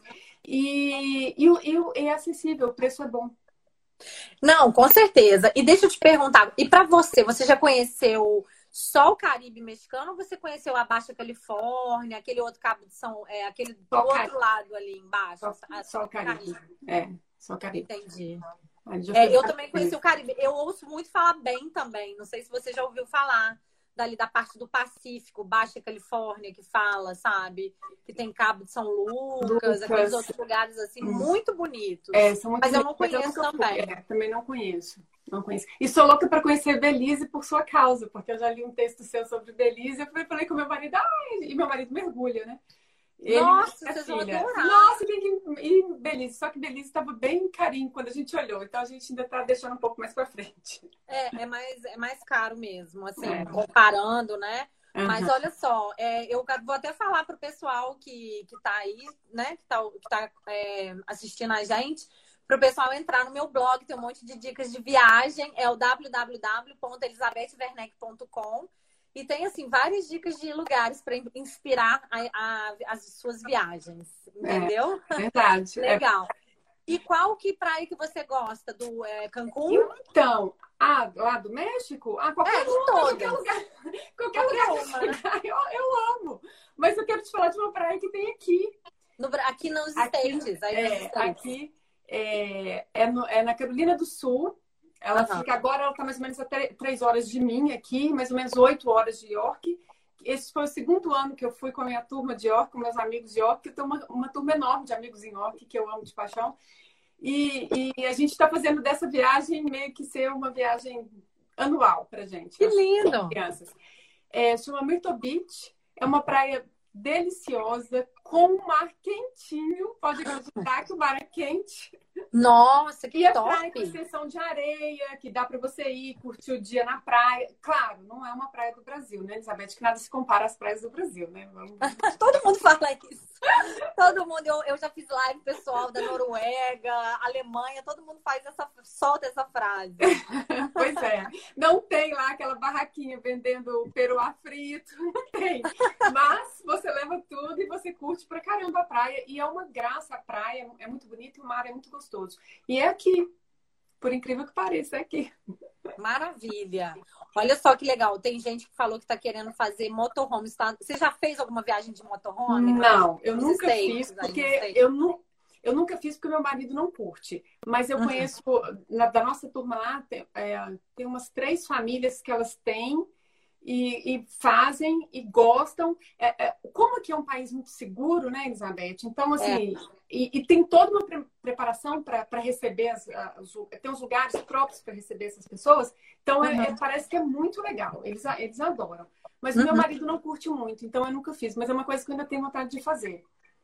E, e, o- e, o- e é acessível, o preço é bom. Não, com certeza. E deixa eu te perguntar, e para você, você já conheceu só o Caribe mexicano ou você conheceu a Baixa Califórnia, aquele outro cabo de São, é, aquele Só do o outro Caribe. lado ali embaixo? Só, Ah, só só o o Caribe. Caribe. É, só o Caribe. Entendi. Aí já fui É, eu várias também conheci o vezes. Caribe. Eu ouço muito falar bem também. Não sei se você já ouviu falar dali da parte do Pacífico, Baixa Califórnia, que fala, sabe? Que tem Cabo de São Lucas, aqueles Lucas, outros lugares assim hum, muito é, bonitos. são muito Mas eu bonitos, não mas eu conheço nunca fui. também. É, também não conheço. Não conheço. E sou louca para conhecer Belize por sua causa, porque eu já li um texto seu sobre Belize. Eu falei, falei com meu marido, ai, e meu marido mergulha, né? Ele e Nossa, minha vocês vão filha. adorar. Nossa, tem que ir em Belize. Só que Belize estava bem carinho quando a gente olhou. Então a gente ainda está deixando um pouco mais para frente. É, é mais, é mais caro mesmo, assim, É. comparando, né? Mas Aham. olha só, é, eu vou até falar para o pessoal que, que tá aí, né? Que tá, que tá é, assistindo a gente, para o pessoal entrar no meu blog, tem um monte de dicas de viagem, é o w w w ponto elizabeth werneck ponto com e tem, assim, várias dicas de lugares para inspirar a, a, as suas viagens, É, entendeu? verdade. É. Legal. E qual que praia que você gosta? Do é, Cancún? Então, ah, lá do México? Ah, qualquer É, de uma, qualquer todas. lugar. Qualquer Qualquer lugar que uma, você né? vai, eu, eu amo. Mas eu quero te falar de uma praia que tem aqui. No Bra- aqui nos Aqui, States, aí nos é, States. aqui é, é, no- é na Carolina do Sul. Ela Aham. fica agora, ela está mais ou menos a tre- três horas de mim aqui, mais ou menos oito horas de York. Esse foi o segundo ano que eu fui com a minha turma de York, com meus amigos de York. Eu tenho uma, uma turma enorme de amigos em York, que eu amo de paixão. E, e a gente está fazendo dessa viagem meio que ser uma viagem anual para gente, Que as lindo! crianças. É, chama Myrtle Beach, é uma praia deliciosa, com o mar quentinho. Pode acreditar que o mar é quente. Nossa, que E a praia com top! extensão de areia, que dá para você ir curtir o dia na praia. Claro, não é uma praia do Brasil, né, Elizabeth? Que nada se compara às praias do Brasil, né? Vamos... Todo mundo fala isso. Todo mundo, eu, eu já fiz live pessoal da Noruega, Alemanha, todo mundo faz essa, solta essa frase. Pois é. Não tem lá aquela barraquinha vendendo peruá frito, não tem. Mas você leva tudo e você curte pra caramba a praia. E é uma graça a praia, é muito bonita e o mar é muito gostoso. E é aqui, por incrível que pareça, é aqui. Maravilha! Olha só que legal. Tem gente que falou que está querendo fazer motorhome. Tá? Você já fez alguma viagem de motorhome? Não, eu Nos nunca States, fiz, aí porque nos States? eu não. Eu nunca fiz porque meu marido não curte. Mas eu Uhum. conheço, na, da nossa turma lá, tem, é, tem umas três famílias que elas têm e, e fazem e gostam. É, é, como aqui é um país muito seguro, né, Elizabeth? Então, assim, É. e, e tem toda uma pre preparação para receber, as, as, tem uns lugares próprios para receber essas pessoas. Então, é, Uhum. é, parece que é muito legal. Eles, eles adoram. Mas o Uhum. meu marido não curte muito, então eu nunca fiz. Mas é uma coisa que eu ainda tenho vontade de fazer.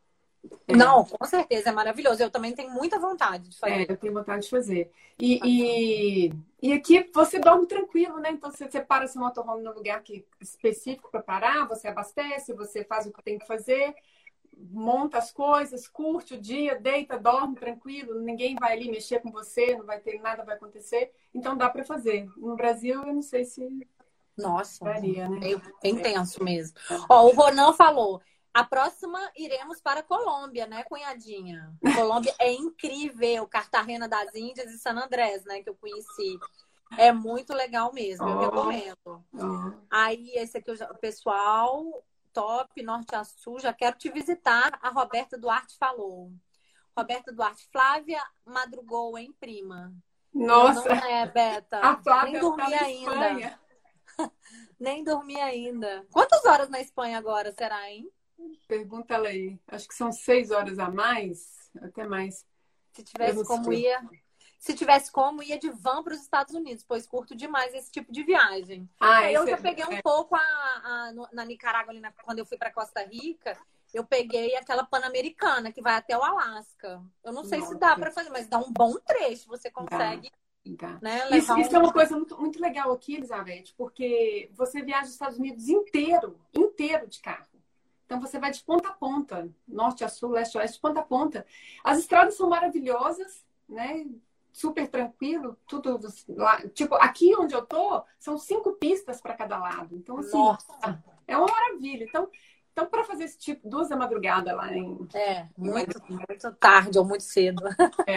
É. Não, com certeza, é maravilhoso. Eu também tenho muita vontade de fazer. É, eu tenho vontade de fazer. E, e, e aqui você dorme tranquilo, né? Então você separa seu motorhome no lugar que, específico para parar, você abastece, você faz o que tem que fazer, monta as coisas, curte o dia, deita, dorme tranquilo, ninguém vai ali mexer com você, não vai ter nada, vai acontecer. Então dá para fazer. No Brasil, eu não sei se Nossa, daria, né? é intenso mesmo. Ó, o Ronan falou. A próxima iremos para a Colômbia, né, cunhadinha? Colômbia é incrível, Cartagena das Índias e San Andrés, né, que eu conheci. É muito legal mesmo, eu Oh. recomendo. Oh. Aí, esse aqui, o pessoal, top, norte a sul, já quero te visitar. A Roberta Duarte falou. Roberta Duarte, Flávia madrugou, hein, prima? Nossa! Não é, Beta? A Flávia Nem dormi tá na ainda. Espanha. Nem dormi ainda. Quantas horas na Espanha agora, será, hein? Pergunta ela aí. Acho que são seis horas a mais, até mais. Se tivesse como ia, se tivesse como ia de van para os Estados Unidos, pois curto demais esse tipo de viagem. Ah, eu já é... peguei um pouco a, a, na Nicarágua, ali na, quando eu fui para Costa Rica, eu peguei aquela Pan-Americana que vai até o Alasca. Eu não sei Nossa. se dá para fazer, mas dá um bom trecho, você consegue. Dá. Né, isso, um... isso é uma coisa muito, muito legal aqui, Elizabeth, porque você viaja os Estados Unidos inteiro, inteiro de carro. Então você vai de ponta a ponta, norte a sul, leste a oeste, de ponta a ponta. As estradas são maravilhosas, né? Super tranquilo, tudo lá. Tipo, aqui onde eu tô, são cinco pistas para cada lado. Então, assim, Nossa. é uma maravilha. Então, então para fazer esse tipo, duas da madrugada lá em. É, muito, muito tarde ou muito cedo. É,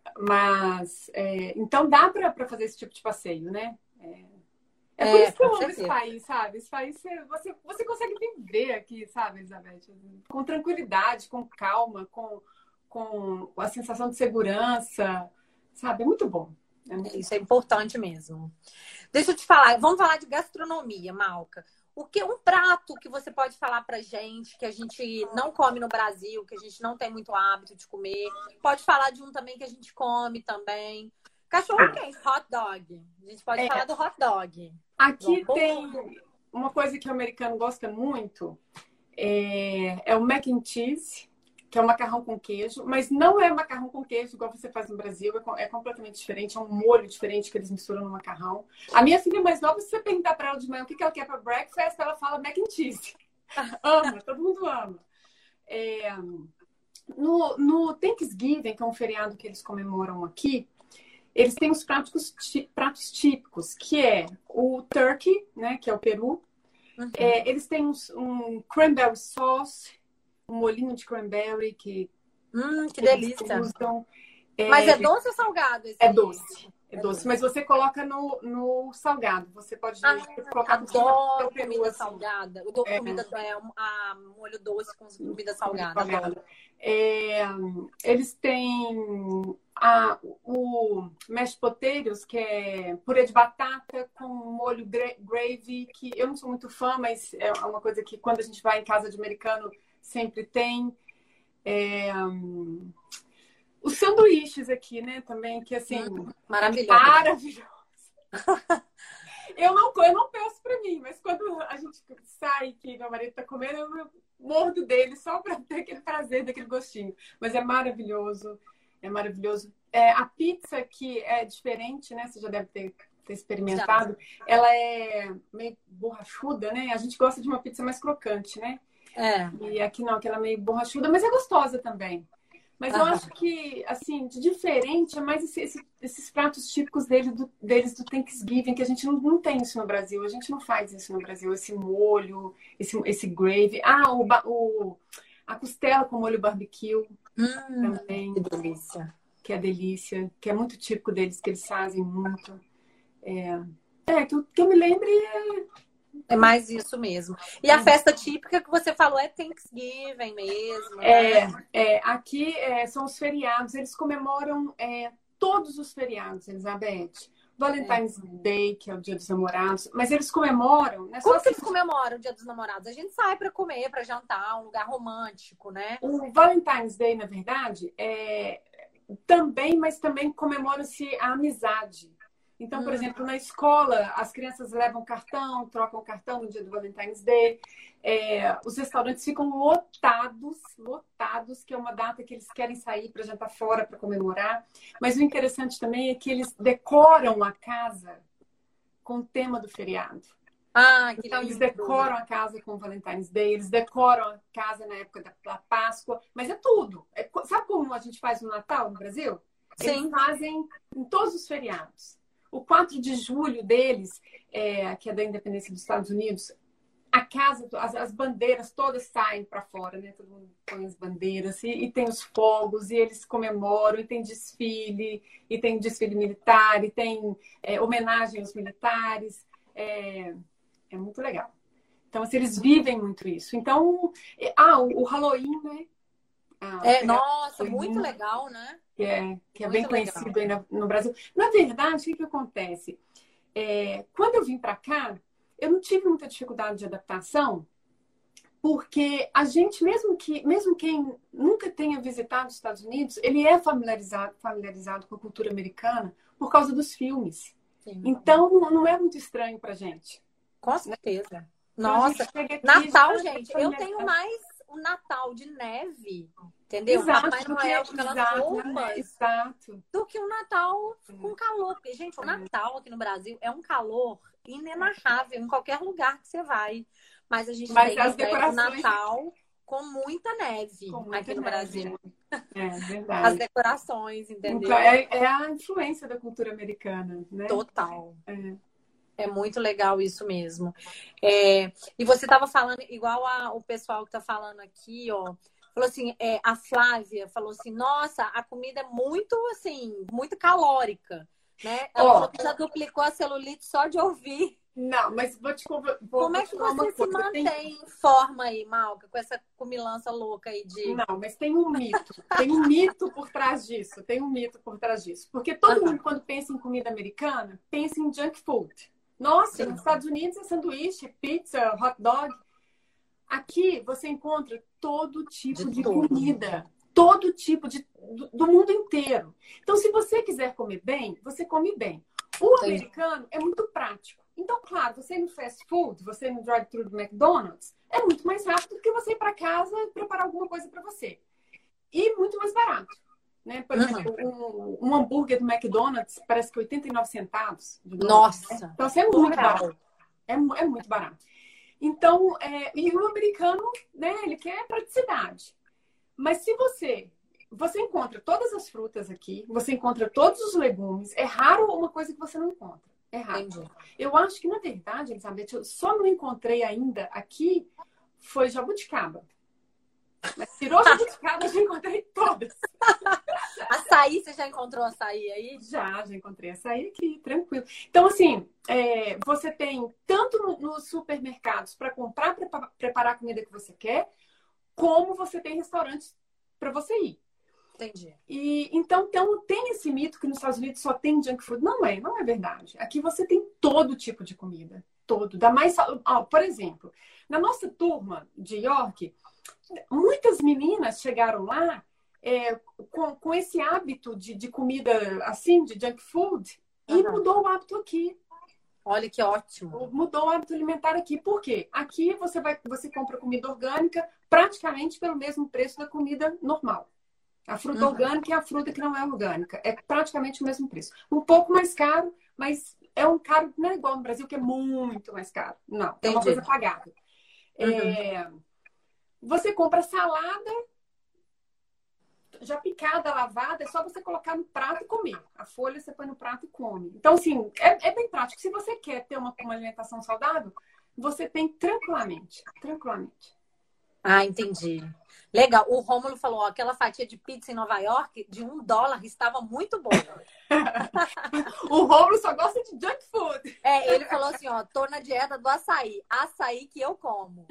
mas, é, então dá para fazer esse tipo de passeio, né? É, é por É, isso que eu com amo esse certeza. país, sabe? Esse país, você, você consegue viver aqui, sabe, Elizabeth? Com tranquilidade, com calma, com, com a sensação de segurança, sabe? É muito bom. É muito Isso é importante mesmo. Deixa eu te falar, vamos falar de gastronomia, Malca. O que um prato que você pode falar pra gente que a gente não come no Brasil, que a gente não tem muito hábito de comer? Pode falar de um também que a gente come também. Cachorro quente, hot dog. A gente pode É, falar do hot dog. aqui Do tem hambúrguer. uma coisa que o americano gosta muito, é, é o mac and cheese, que é o macarrão com queijo, mas não é macarrão com queijo igual você faz no Brasil, é, co- é completamente diferente, é um molho diferente que eles misturam no macarrão. A minha filha mais nova, se você perguntar para ela de manhã o que que ela quer para breakfast, ela fala mac and cheese. Ama, todo mundo ama. É, no, no Thanksgiving, que é um feriado que eles comemoram aqui, eles têm os pratos, tí- pratos típicos, que é o turkey, né, que é o peru. Uhum. É, eles têm uns- um cranberry sauce, um molhinho de cranberry que Hum, que eles delícia. usam. Mas é É, doce ou salgado esse? é doce, é É doce, doce. mas você coloca no, no salgado. Você pode Ah, colocar por cima do seu adoro peru, comida assim. salgada. Eu dou É, comida, é, um, ah, molho doce com comida comida salgada. Adoro. salgada. É, eles têm a, o mashed potatoes, que é purê de batata com molho gra- gravy, que eu não sou muito fã, mas é uma coisa que quando a gente vai em casa de americano sempre tem. É, hum, os sanduíches aqui, né, também, que assim, Hum, é maravilhoso. maravilhoso. Eu não, eu não peço pra mim, mas quando a gente sai que meu marido tá comendo, eu mordo dele só pra ter aquele prazer, daquele gostinho. Mas é maravilhoso, é maravilhoso. É, a pizza que é diferente, né? Você já deve ter, ter Já. experimentado. Ela é meio borrachuda, né? A gente gosta de uma pizza mais crocante, né? É. E aqui não, que ela é meio borrachuda, mas é gostosa também. Mas eu Aham. acho que, assim, de diferente é mais esse- esse- esses pratos típicos dele, do- deles do Thanksgiving, que a gente não, não tem isso no Brasil. A gente não faz isso no Brasil. Esse molho, esse, esse gravy. Ah, o, ba- o- a costela com molho barbecue Hum, também, que delícia. que é delícia, que é muito típico deles, que eles fazem muito. É, é que, eu, que eu me lembre é... É mais isso mesmo. E a festa típica que você falou é Thanksgiving mesmo, É, né? é, aqui é, são os feriados, eles comemoram é, todos os feriados, Elizabeth. Valentine's Day, que é o Dia dos Namorados, mas eles comemoram, né? Só Como que assim, eles comemoram o Dia dos Namorados? A gente sai pra comer, pra jantar, um lugar romântico, né? o Valentine's Day, na verdade, é também, mas também comemora-se a amizade. Então, por Hum. exemplo, na escola, as crianças levam cartão, trocam cartão no dia do Valentine's Day. É, os restaurantes ficam lotados, lotados, que é uma data que eles querem sair para jantar fora para comemorar. Mas o interessante também é que eles decoram a casa com o tema do feriado. Ah, que Então, eles lindo. decoram a casa com o Valentine's Day, eles decoram a casa na época da, da Páscoa, mas é tudo. É, sabe como a gente faz no Natal no Brasil? Eles Sim. fazem em todos os feriados. O quatro de julho deles, é, que é da independência dos Estados Unidos, a casa, as, as bandeiras todas saem para fora, né? Todo mundo põe as bandeiras e, e tem os fogos e eles comemoram, e tem desfile, e tem desfile militar, e tem é, homenagem aos militares. É, é muito legal. Então, assim, eles vivem muito isso. Então, ah, o, o Halloween, né? Ah, É, o nossa, Halloween, muito legal, né? que é, que é bem Muito legal. conhecido aí no, no Brasil. Na verdade, o que, que acontece? É, quando eu vim para cá, eu não tive muita dificuldade de adaptação, porque a gente, mesmo que, mesmo quem nunca tenha visitado os Estados Unidos, ele é familiarizado, familiarizado com a cultura americana por causa dos filmes. Sim. Então, não é muito estranho para gente. Com certeza. Então, a Nossa, gente chega aqui, Natal, já- gente, eu tenho mais o Natal de neve, entendeu? Exato, Papai porque- Noel com aquelas exato, roupas, exato. do que um Natal com calor. Porque, gente, o Natal aqui no Brasil é um calor inenarrável em qualquer lugar que você vai. Mas a gente Mas tem as a ideia do decorações- Natal com muita neve Com muita aqui no neve, Brasil. É As verdade. decorações, entendeu? Então, é, é a influência da cultura americana, né? Total. É. É muito legal isso mesmo. É, e você estava falando, igual a, o pessoal que está falando aqui, ó. Falou assim, é, a Flávia falou assim, nossa, a comida é muito, assim, muito calórica, né? Ela Ó, falou que já duplicou a celulite só de ouvir. não, mas vou te, conver- vou, Como vou é te que falar uma você se coisa. Tem, mantém em forma aí, Malca, com essa comilança louca aí de... não, mas tem um mito. Tem um mito por trás disso. Tem um mito por trás disso. Porque todo Aham, mundo, quando pensa em comida americana, pensa em junk food. Nossa, sim, nos Estados Unidos é sanduíche, pizza, hot dog. Aqui você encontra todo de tipo de tudo. comida. Todo tipo de, do, do mundo inteiro. Então, se você quiser comer bem, você come bem. O Entendi. americano é muito prático. Então, claro, você ir no fast food, você ir no drive-thru do McDonald's, é muito mais rápido do que você ir para casa e preparar alguma coisa para você. E muito mais barato. Né? Por Uhum. exemplo, um, um hambúrguer do McDonald's parece que oitenta e nove centavos de dólar. Nossa, Então, assim, é muito surreal. barato. É, mu- é muito barato. Então, é, e o americano, né, ele quer praticidade. Mas se você, você encontra todas as frutas aqui, você encontra todos os legumes, é raro uma coisa que você não encontra. É raro. Entendi. Eu acho que, na verdade, Elizabeth, eu só não encontrei ainda aqui foi jabuticaba. Mas tirou jabuticaba, eu já encontrei todas. Açaí, você já encontrou açaí aí? Já, já encontrei açaí aqui, tranquilo. Então, assim, é, você tem tanto no- nos supermercados para comprar, prepa- preparar a comida que você quer, como você tem restaurantes para você ir. Entendi. E então, então tem esse mito que nos Estados Unidos só tem junk food. Não é, não é verdade. Aqui você tem todo tipo de comida, todo. Dá mais, sal- ó, por exemplo, na nossa turma de York, muitas meninas chegaram lá é, com, com esse hábito de, de comida assim, de junk food, e Aham. mudou o hábito aqui. Olha que ótimo. Mudou o hábito alimentar aqui. Por quê? Aqui você vai, você compra comida orgânica praticamente pelo mesmo preço da comida normal. A fruta Uhum. orgânica e a fruta que não é orgânica. É praticamente o mesmo preço. Um pouco mais caro, mas é um caro, não é igual no Brasil, que é muito mais caro. Não, é uma Entendi. coisa pagável. Uhum. É, você compra salada já picada, lavada, é só você colocar no prato e comer. A folha você põe no prato e come. Então, assim, é, é bem prático. Se você quer ter uma, uma alimentação saudável, você tem tranquilamente. Tranquilamente. Ah, entendi. Legal. O Rômulo falou, ó, aquela fatia de pizza em Nova York de um dólar estava muito boa. O Romulo só gosta de junk food. É, ele falou assim, ó, tô na dieta do açaí. Açaí que eu como.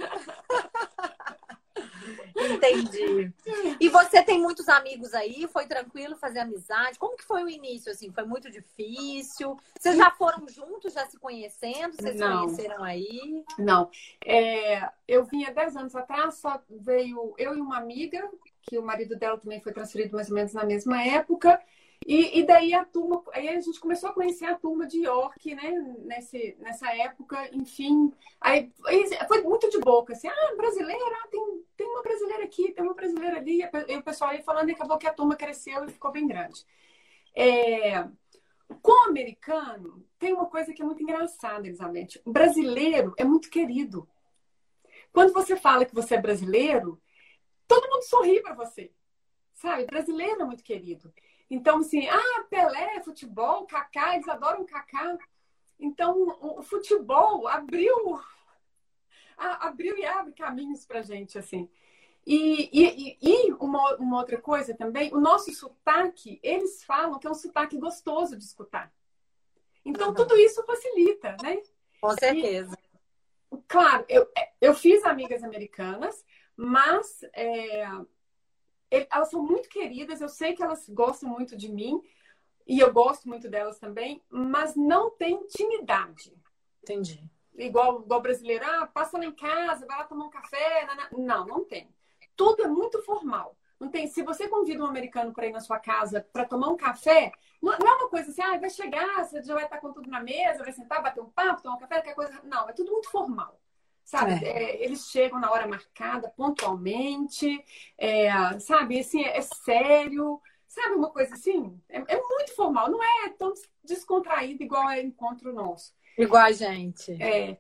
Entendi. E você tem muitos amigos aí? Foi tranquilo fazer amizade? Como que foi o início, assim? Foi muito difícil? Vocês já foram juntos, já se conhecendo? Vocês se Não. conheceram aí? Não. É, eu vinha dez anos atrás, só veio eu e uma amiga, que o marido dela também foi transferido mais ou menos na mesma época. E, e daí a turma, aí a gente começou a conhecer a turma de York, né? Nesse, nessa época, enfim. Aí, aí foi muito de boca, assim, ah, brasileira, ah, tem, tem uma brasileira aqui, tem uma brasileira ali. E o pessoal aí falando, e acabou que a turma cresceu e ficou bem grande. É, com o americano, tem uma coisa que é muito engraçada, Elizabeth. O brasileiro é muito querido. Quando você fala que você é brasileiro, todo mundo sorri para você. Sabe? Brasileiro é muito querido. Então, assim, ah, Pelé, futebol, Kaká, eles adoram Kaká. Então, o, o futebol abriu, a, abriu e abre caminhos pra gente, assim. E, e, e uma, uma outra coisa também, o nosso sotaque, eles falam que é um sotaque gostoso de escutar. Então, Uhum. tudo isso facilita, né? Com certeza. E, claro, eu, eu fiz amigas americanas, mas é, elas são muito queridas, eu sei que elas gostam muito de mim, e eu gosto muito delas também, mas não tem intimidade. Entendi. Igual, igual brasileiro, ah, passa lá em casa, vai lá tomar um café. Não, não tem. Tudo é muito formal. Não tem. Se você convida um americano para ir na sua casa para tomar um café, não é uma coisa assim, ah, vai chegar, você já vai estar com tudo na mesa, vai sentar, bater um papo, tomar um café, qualquer coisa. Não, é tudo muito formal. Sabe? É. É, eles chegam na hora marcada, pontualmente, é, sabe? Assim, é, é sério. Sabe uma coisa assim? É, é muito formal. Não é tão descontraído igual é encontro nosso. Igual a gente. É.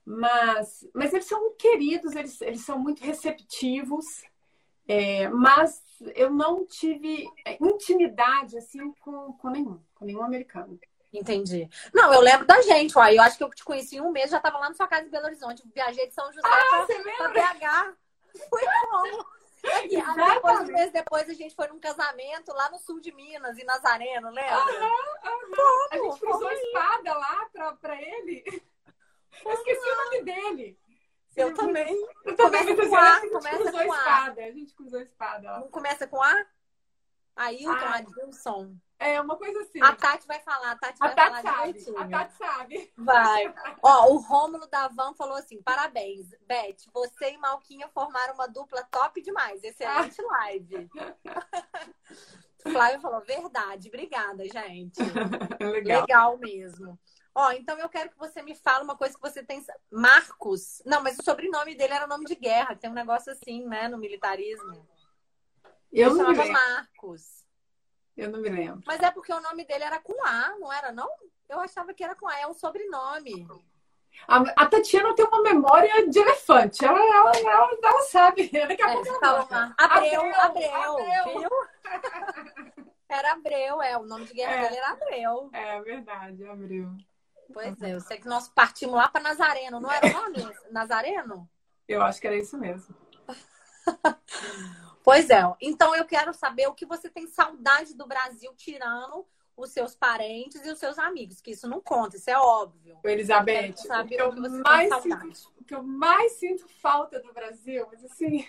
Mas, mas eles são muito queridos, eles, eles são muito receptivos, é, mas eu não tive intimidade assim com, com nenhum, com nenhum americano. Entendi. Não, eu lembro da gente, ó. Eu acho que eu te conheci em um mês, já tava lá na sua casa em Belo Horizonte. Viajei de São José ah, pra, pra B H. Foi como? E aí, depois, um mês depois, a gente foi num casamento lá no sul de Minas, em Nazareno, lembra? Aham, aham. A gente cruzou espada lá pra, pra ele. Eu esqueci o nome dele. Eu também. Eu também. Começa com A. A gente Começa cruzou com espada. A. A gente cruzou espada. Ó. Não começa com A? Ailton, Ah. Adilson. É, uma coisa assim. A Tati vai falar. A Tati vai a Tati falar sabe. direitinho. A Tati sabe. Vai. Ó, o Rômulo da Van falou assim, parabéns, Beth, você e Malquinha formaram uma dupla top demais. Excelente ah. live. O Flávio falou, verdade. Obrigada, gente. Legal. Legal mesmo. Ó, então eu quero que você me fale uma coisa que você tem... Marcos. Não, mas o sobrenome dele era nome de guerra. Tem um negócio assim, né, no militarismo. Eu Ele não me chamava lembro. Marcos. Eu não me lembro. Mas é porque o nome dele era com A, não era, não? Eu achava que era com A. É um sobrenome. A, a Tatiana tem uma memória de elefante. Ela, ela, ela, ela sabe. Daqui a É, pouco ela fala, Abreu, Abreu, Abreu, Abreu. viu? Era Abreu, é. O nome de guerra É. dele era Abreu. É verdade, Abreu. Pois é, eu sei que nós partimos lá para Nazareno, não era o nome? Nazareno? Eu acho que era isso mesmo. Pois é. Então eu quero saber o que você tem saudade do Brasil, tirando os seus parentes e os seus amigos, que isso não conta, isso é óbvio. Elizabeth, o que, eu o, que eu mais sinto, o que eu mais sinto falta do Brasil, mas assim,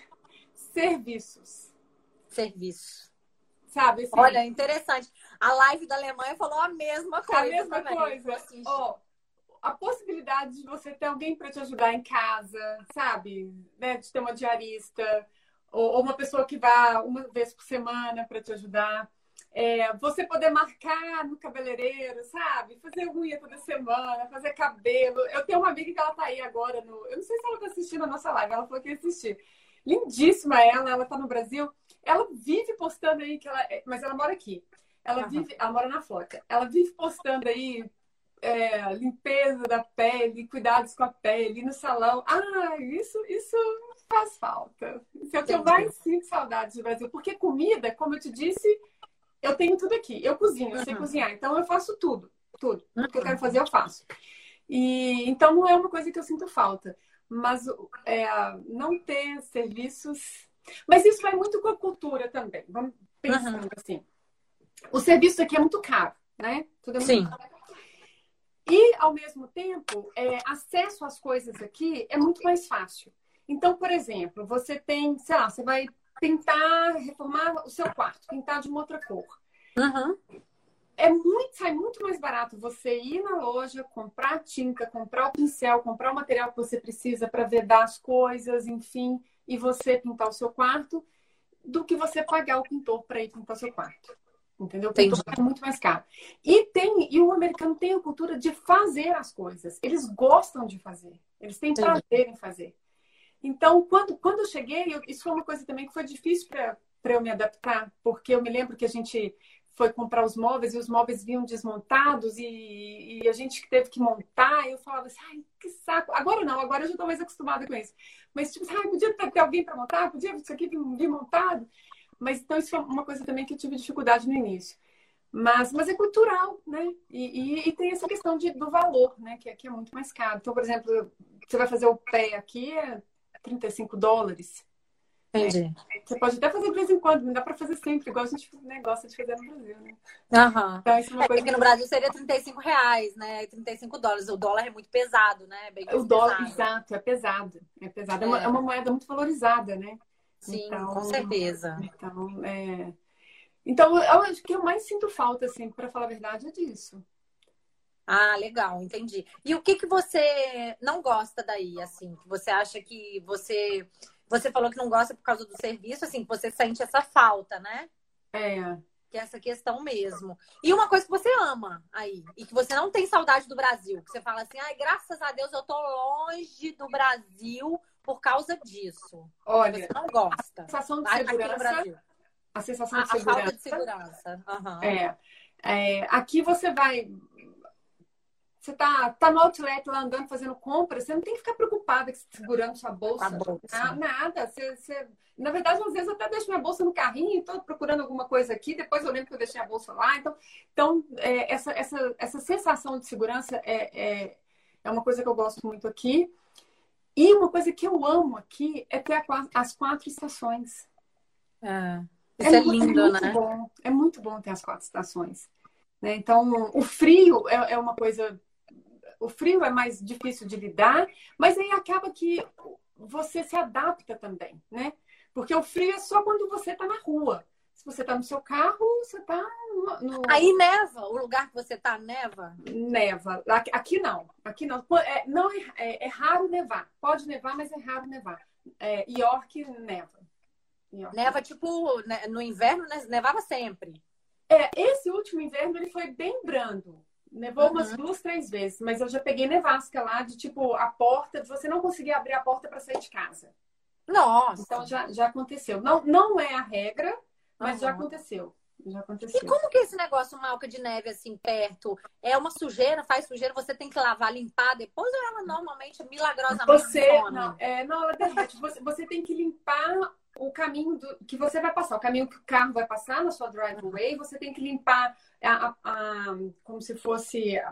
serviços. Serviço. Sabe? Assim, olha, interessante. A live da Alemanha falou a mesma coisa. A mesma também. coisa. Assim, oh, a possibilidade de você ter alguém para te ajudar em casa, sabe? Né? De ter uma diarista, ou, ou uma pessoa que vá uma vez por semana para te ajudar. É, você poder marcar no cabeleireiro, sabe? Fazer unha toda semana, fazer cabelo. Eu tenho uma amiga que ela tá aí agora no... Eu não sei se ela tá assistindo a nossa live, ela falou que ia assistir. Lindíssima ela, ela tá no Brasil. Ela vive postando aí que ela... Mas ela mora aqui. Ela uhum. vive... Ela mora na Flórida. Ela vive postando aí é, limpeza da pele, cuidados com a pele, no salão. Ah, isso, isso faz falta. Isso é o que eu mais sinto saudade do Brasil. Porque comida, como eu te disse... Eu tenho tudo aqui. Eu cozinho, eu sei uhum. cozinhar. Então, eu faço tudo. Tudo. Uhum. O que eu quero fazer, eu faço. E, então, não é uma coisa que eu sinto falta. Mas é, não ter serviços... Mas isso vai muito com a cultura também. Vamos pensando uhum. assim. O serviço aqui é muito caro, né? Tudo é muito Sim. caro. E, ao mesmo tempo, é, acesso às coisas aqui é muito mais fácil. Então, por exemplo, você tem... Sei lá, você vai... tentar reformar o seu quarto, pintar de uma outra cor. Uhum. É muito, sai muito mais barato você ir na loja, comprar a tinta, comprar o pincel, comprar o material que você precisa para vedar as coisas, enfim, e você pintar o seu quarto, do que você pagar o pintor para ir pintar o seu quarto. Entendeu? O pintor é muito mais caro. E, tem, e o americano tem a cultura de fazer as coisas. Eles gostam de fazer. Eles têm Sim. prazer em fazer. Então, quando, quando eu cheguei, eu, isso foi uma coisa também que foi difícil para eu me adaptar, porque eu me lembro que a gente foi comprar os móveis e os móveis vinham desmontados e, e a gente teve que montar. E eu falava assim, ai, que saco. Agora não, agora eu já estou mais acostumada com isso. Mas, tipo, ai, podia ter alguém para montar? Podia isso aqui vir montado? Mas, então, isso foi uma coisa também que eu tive dificuldade no início. Mas, mas é cultural, né? E, e, e tem essa questão de, do valor, né? Que aqui é muito mais caro. Então, por exemplo, você vai fazer o pé aqui, é trinta e cinco dólares. Entendi. Né? Você pode até fazer de vez em quando, não dá para fazer sempre, igual a gente né, gosta de fazer no Brasil, né? Uhum. Então, isso é uma é, coisa aqui no que... Brasil seria trinta e cinco reais, né? trinta e cinco dólares. O dólar é muito pesado, né? Bem o dólar, pesado. exato, é pesado. É pesado. É. É, uma, É. é uma moeda muito valorizada, né? Sim, então, com certeza. Então, é... então, eu acho que eu mais sinto falta, assim, para falar a verdade, é disso. Ah, legal, entendi. E o que que você não gosta daí, assim? Que você acha que você... Você falou que não gosta por causa do serviço, assim, que você sente essa falta, né? É. Que é essa questão mesmo. E uma coisa que você ama aí, e que você não tem saudade do Brasil, que você fala assim, ai, graças a Deus eu tô longe do Brasil por causa disso. Olha, você não gosta. A sensação de aqui segurança. no Brasil. A sensação a, de segurança. A falta de segurança. Uhum. É, é. Aqui você vai... Você tá, tá no outlet lá andando, fazendo compras, você não tem que ficar preocupada segurando sua bolsa. A bolsa. Ah, nada. Você, você... Na verdade, às vezes eu até deixo minha bolsa no carrinho, estou procurando alguma coisa aqui, depois eu lembro que eu deixei a bolsa lá. Então, então é, essa, essa, essa sensação de segurança é, é, é uma coisa que eu gosto muito aqui. E uma coisa que eu amo aqui é ter a, as quatro estações. É, isso é, é lindo, é muito né? Bom. É muito bom ter as quatro estações. Né? Então, o frio é, é uma coisa... O frio é mais difícil de lidar, mas aí acaba que você se adapta também, né? Porque o frio é só quando você está na rua. Se você está no seu carro, você está no, no... Aí neva? O lugar que você está neva? Neva. Aqui, aqui não. Aqui não. É, não é, é, é raro nevar. Pode nevar, mas é raro nevar. É, York neva. York. Neva, tipo, no inverno nevava sempre. É, esse último inverno ele foi bem brando. Nevou uhum. umas duas, três vezes, mas eu já peguei nevasca lá de tipo a porta, você não conseguia abrir a porta para sair de casa. Nossa! Então já, já aconteceu. Não, não é a regra, mas uhum. já aconteceu. Já aconteceu. E como que é esse negócio, Malca, de neve assim perto? É uma sujeira, faz sujeira, você tem que lavar, limpar depois ou ela normalmente, milagrosamente, você não, é, não, ela derrete. Você, você tem que limpar o caminho do, que você vai passar, o caminho que o carro vai passar na sua driveway, você tem que limpar a, a, a, como se fosse a,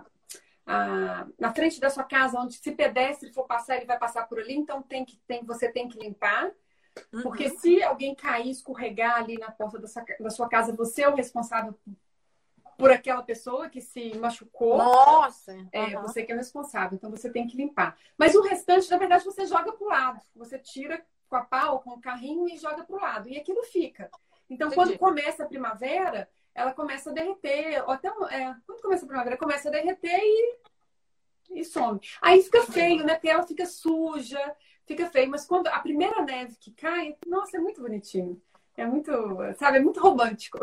a, na frente da sua casa, onde se pedestre for passar, ele vai passar por ali, então tem que, tem, você tem que limpar. Uhum. Porque se alguém cair, escorregar ali na porta da sua, da sua casa, você é o responsável por aquela pessoa que se machucou. Nossa! É, uhum. você que é o responsável, então você tem que limpar. Mas o restante, na verdade, você joga para o lado. Você tira com a pá ou com o carrinho e joga para o lado. E aquilo fica. Então, Entendi. Quando começa a primavera, ela começa a derreter. Ou até, é, quando começa a primavera, começa a derreter e, e some. Aí fica feio, né? Porque ela fica suja, fica feio. Mas quando a primeira neve que cai, nossa, é muito bonitinho. É muito, sabe, é muito romântico.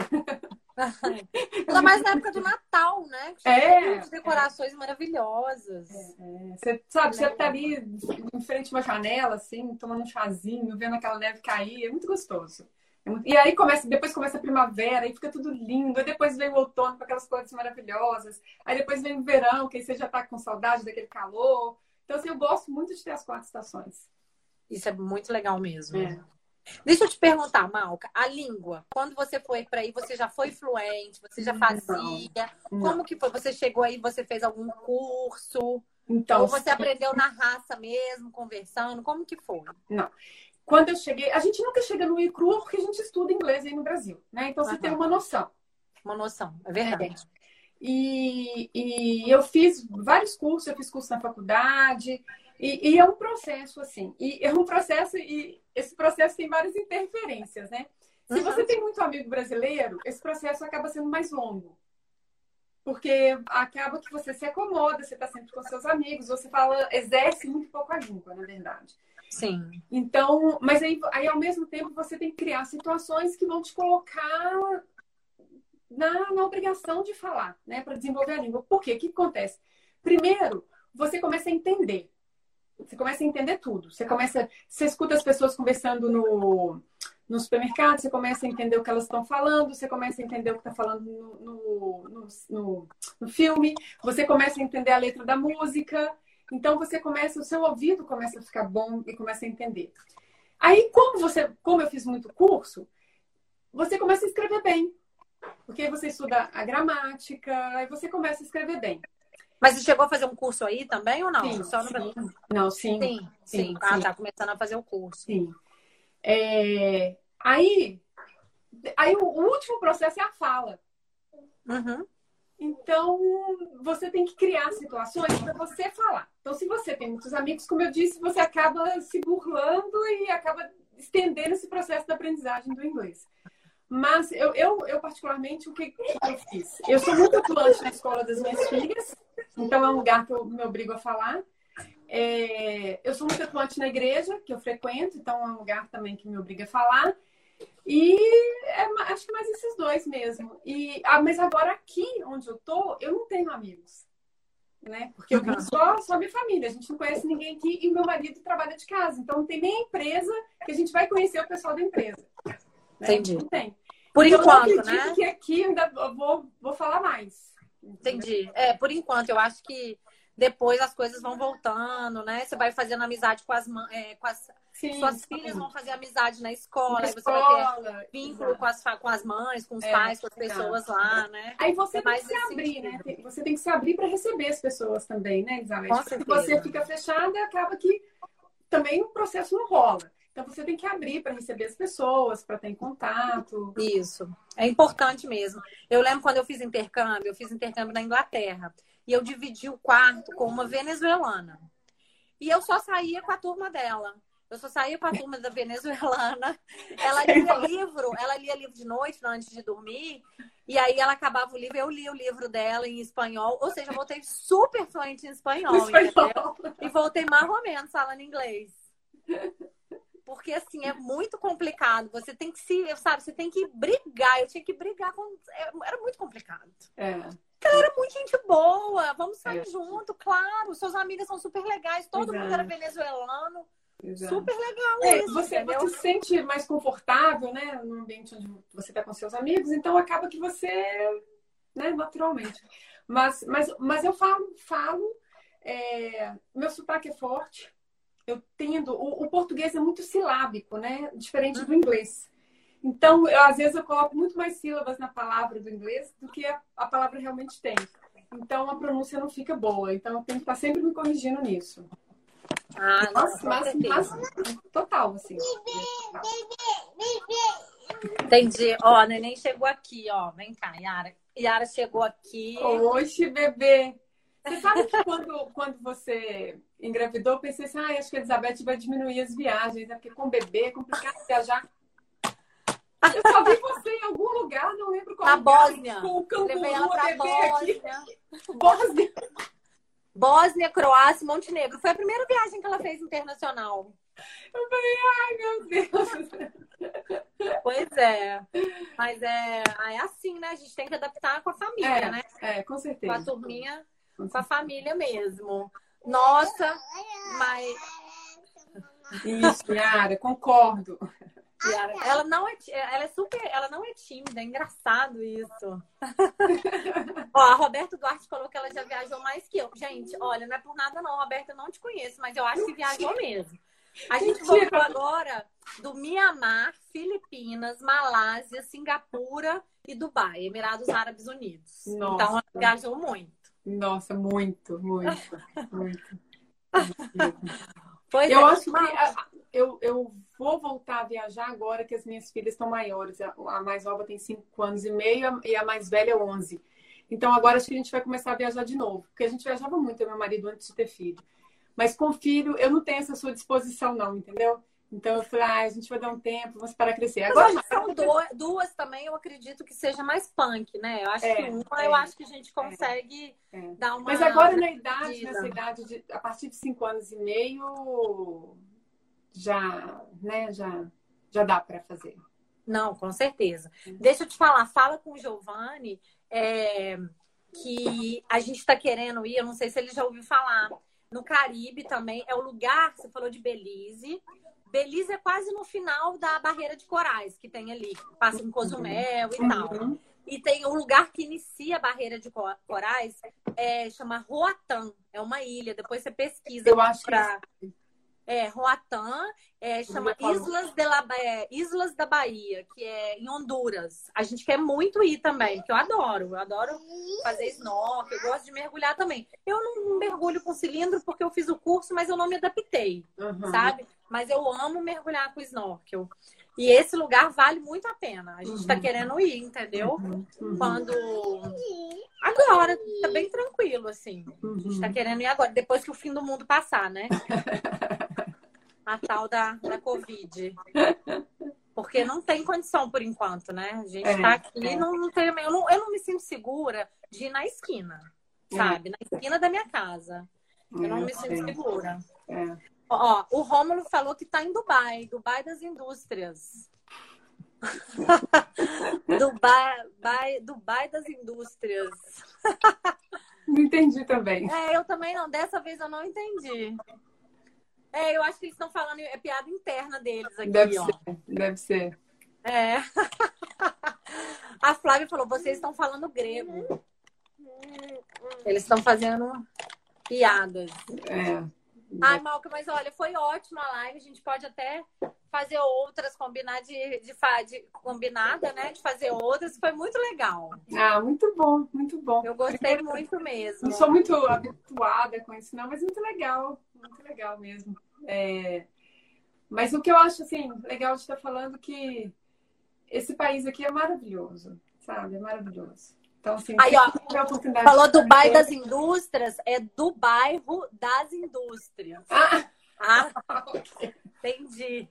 Ainda mais na época do Natal, né? É. De decorações é. maravilhosas. É, é. Você sabe, você tá ali em frente a uma janela, assim, tomando um chazinho, vendo aquela neve cair, é muito gostoso. É muito... E aí começa, depois começa a primavera, aí fica tudo lindo, aí depois vem o outono com aquelas cores maravilhosas, aí depois vem o verão, que aí você já tá com saudade daquele calor. Então, assim, eu gosto muito de ter as quatro estações. Isso é muito legal mesmo. É. Deixa eu te perguntar, Malca, a língua, quando você foi para aí, você já foi fluente, você já fazia? Não, não. Como que foi? Você chegou aí, você fez algum curso? Então, ou você sim. aprendeu na raça mesmo, conversando? Como que foi? Não. Quando eu cheguei, a gente nunca chega no cru porque a gente estuda inglês aí no Brasil, né? Então, você uhum. tem uma noção. Uma noção, é verdade. É. E, e eu fiz vários cursos, eu fiz curso na faculdade, e, e é um processo, assim. E é um processo, e esse processo tem várias interferências, né? Se uhum. você tem muito amigo brasileiro, esse processo acaba sendo mais longo. Porque acaba que você se acomoda, você está sempre com seus amigos, você fala, exerce muito pouco a língua, na verdade. Sim. Então, mas aí, aí ao mesmo tempo você tem que criar situações que vão te colocar na, na obrigação de falar, né? Para desenvolver a língua. Por quê? O que acontece? Primeiro, você começa a entender. Você começa a entender tudo. Você começa, você escuta as pessoas conversando no, no supermercado, você começa a entender o que elas estão falando, você começa a entender o que está falando no, no, no, no, no filme, você começa a entender a letra da música. Então você começa, o seu ouvido começa a ficar bom e começa a entender. Aí, como você, como eu fiz muito curso, você começa a escrever bem. Porque aí você estuda a gramática, aí você começa a escrever bem. Mas você chegou a fazer um curso aí também ou não? Sim, Só no... sim. Não, sim. Sim, sim. sim. Ah, sim. Tá começando a fazer o curso. Sim. É... Aí, aí o último processo é a fala. Uhum. Então, você tem que criar situações para você falar. Então, se você tem muitos amigos, como eu disse, você acaba se burlando e acaba estendendo esse processo da aprendizagem do inglês. Mas eu, eu, eu particularmente, o que, que eu fiz? Eu sou muito atuante na escola das minhas filhas, então é um lugar que eu me obrigo a falar. É, eu sou muito atuante na igreja, que eu frequento, então é um lugar também que me obriga a falar. E é, acho que mais esses dois mesmo. E, ah, mas agora aqui onde eu tô, eu não tenho amigos. Né? Porque eu vim só, só minha família, a gente não conhece ninguém aqui e o meu marido trabalha de casa. Então não tem nem a empresa que a gente vai conhecer o pessoal da empresa. Né? Entendi. Não tem. Por então, enquanto, eu acredito né? que aqui eu ainda vou, vou falar mais. Entendi. É, por enquanto, eu acho que depois as coisas vão voltando, né? Você vai fazendo amizade com as, é, com as Sim, suas sim. filhas vão fazer amizade na escola, Na aí você vai ter escola, vínculo com as, com as mães, com os é, pais, com as exato. pessoas lá, né? Aí você É tem mais que se nesse abrir, né? sentido. Você tem que se abrir para receber as pessoas também, né, Elizabeth? Com Porque se você certeza. fica fechada, acaba que também o processo não rola. Então você tem que abrir para receber as pessoas, para ter em contato. Isso. É importante mesmo. Eu lembro quando eu fiz intercâmbio, eu fiz intercâmbio na Inglaterra. E eu dividi o quarto com uma venezuelana. E eu só saía com a turma dela. Eu só saía com a turma da venezuelana. Ela lia livro, ela lia livro de noite, antes de dormir. E aí ela acabava o livro, eu lia o livro dela em espanhol. Ou seja, eu voltei super fluente em espanhol, espanhol. entendeu? E voltei mais ou menos falando inglês. Porque, assim, é muito complicado. Você tem que se, sabe, você tem que brigar. Eu tinha que brigar com... Era muito complicado. É. Ela era muito gente boa. Vamos sair É. junto, claro. Suas amigas são super legais. Todo Exato. mundo era venezuelano. Exato. Super legal é, isso, você, entendeu? você se sente mais confortável, né? No ambiente onde você está com seus amigos. Então, acaba que você... Né, naturalmente. Mas, mas, mas eu falo... falo é... Meu sotaque é forte. Eu tendo... O, o português é muito silábico, né? Diferente do inglês. Então, eu, às vezes, eu coloco muito mais sílabas na palavra do inglês do que a, a palavra realmente tem. Então, a pronúncia não fica boa. Então, eu tenho que estar sempre me corrigindo nisso. Ah, não, mas, com mas, certeza. mas, total, assim. Entendi. Ó, a neném chegou aqui, ó. Vem cá, Yara. Yara chegou aqui. Oxe, bebê! Você sabe que quando, quando você engravidou, eu pensei assim, ah, acho que a Elizabeth vai diminuir as viagens, né? Porque com bebê é complicado viajar. Eu só vi você em algum lugar, não lembro qual Na lugar. Bósnia. Com o canguru, Levei ela a pra bebê Bósnia. aqui. Bósnia. Bósnia, Croácia e Montenegro. Foi a primeira viagem que ela fez internacional. Eu falei, ai, meu Deus. Pois é. Mas é, é assim, né? A gente tem que adaptar com a família, É, né? é, com certeza. Com a turminha, com a família mesmo. Nossa, mas... Isso, Yara, concordo. Yara, ela não é, ela é super, ela não é tímida, é engraçado isso. Ó, a Roberto Duarte falou que ela já viajou mais que eu. Gente, olha, não é por nada não, Roberto, eu não te conheço, mas eu acho que viajou mesmo. A gente voltou agora do Mianmar, Filipinas, Malásia, Singapura e Dubai, Emirados Árabes Unidos. Nossa. Então, ela viajou muito. Nossa, muito, muito, muito. Pois eu é, acho mas... que a, eu, eu vou voltar a viajar agora que as minhas filhas estão maiores. A, a mais nova tem cinco anos e meio e a mais velha onze. Então agora acho que a gente vai começar a viajar de novo. Porque a gente viajava muito, eu e meu marido, antes de ter filho. Mas com filho, eu não tenho essa sua disposição, não, entendeu? Então eu falei, ah, a gente vai dar um tempo, vamos parar a crescer. Agora Mas são duas, duas também, eu acredito que seja mais punk, né? Eu acho É, que uma, é, eu acho que a gente consegue é. dar uma... Mas agora na idade, medida. nessa idade, de, a partir de cinco anos e meio, já, né, já, já dá para fazer. Não, com certeza. Deixa eu te falar, fala com o Giovanni é, que a gente está querendo ir, eu não sei se ele já ouviu falar, no Caribe também, é o lugar, você falou de Belize. Belize é quase no final da barreira de corais que tem ali, passa em Cozumel e tal. Uhum. E tem um lugar que inicia a barreira de corais, é, chama Roatán, é uma ilha, depois você pesquisa. Eu acho pra... que... É, Roatán, é, chama Islas, de la... é, Islas da Bahia, que é em Honduras. A gente quer muito ir também, porque eu adoro. Eu adoro fazer snorkel, eu gosto de mergulhar também. Eu não mergulho com cilindro porque eu fiz o curso, mas eu não me adaptei, Uhum. sabe? Mas eu amo mergulhar com snorkel. E esse lugar vale muito a pena. A gente uhum. tá querendo ir, entendeu? Uhum. Uhum. Quando... Agora, tá bem tranquilo, assim. Uhum. A gente tá querendo ir agora, depois que o fim do mundo passar, né? A tal da, da Covid. Porque não tem condição por enquanto, né? A gente é, tá aqui, é. não, não tem, eu, não, eu não me sinto segura de ir na esquina, sabe? É. Na esquina da minha casa. Eu não me sinto segura. É. Ó, o Rômulo falou que tá em Dubai, Dubai das indústrias. Dubai, Dubai, Dubai das indústrias. Não entendi também. É, eu também não. Dessa vez eu não entendi. É, eu acho que eles estão falando, é piada interna deles aqui, deve ó. Ser, deve ser. É. A Flávia falou, vocês estão falando grego. Eles estão fazendo piadas. É. Ai, Malca, mas olha, foi ótima a live. A gente pode até fazer outras, combinar de, de, de combinada, né? De fazer outras. Foi muito legal. Ah, muito bom, muito bom. Eu gostei Primeiro, muito mesmo. Não sou muito habituada com isso, não, mas muito legal. Muito legal mesmo. É... Mas o que eu acho, assim, legal de estar falando que esse país aqui é maravilhoso, sabe? É maravilhoso. Então, assim, aí, ó, oportunidade falou de Dubai das indústrias, é do bairro das indústrias. Ah, ah okay. Entendi.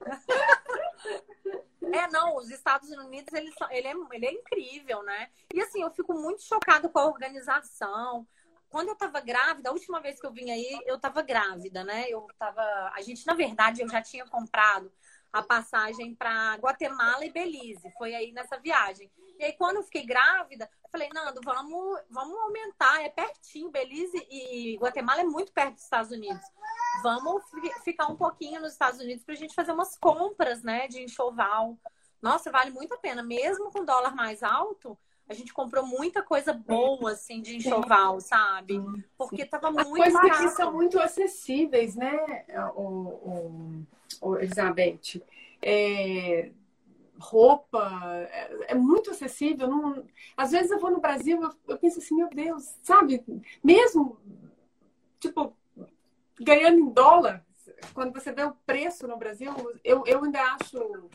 É, não, os Estados Unidos, ele, ele, é, ele é incrível, né? E assim, eu fico muito chocada com a organização. Quando eu tava grávida, a última vez que eu vim aí, eu tava grávida, né? Eu tava... A gente, na verdade, eu já tinha comprado a passagem para Guatemala e Belize. Foi aí nessa viagem. E aí, quando eu fiquei grávida, eu falei, Nando, vamos, vamos aumentar. É pertinho. Belize e Guatemala é muito perto dos Estados Unidos. Vamos ficar um pouquinho nos Estados Unidos pra gente fazer umas compras, né? De enxoval. Nossa, vale muito a pena. Mesmo com dólar mais alto, a gente comprou muita coisa boa, assim, de enxoval, sabe? Porque tava muito As coisas barato. aqui são muito acessíveis, né, o, o, o Elizabeth? É, roupa, é, é muito acessível. Não... Às vezes eu vou no Brasil, eu, eu penso assim, meu Deus, sabe? Mesmo, tipo, ganhando em dólar, quando você vê o preço no Brasil, eu, eu ainda acho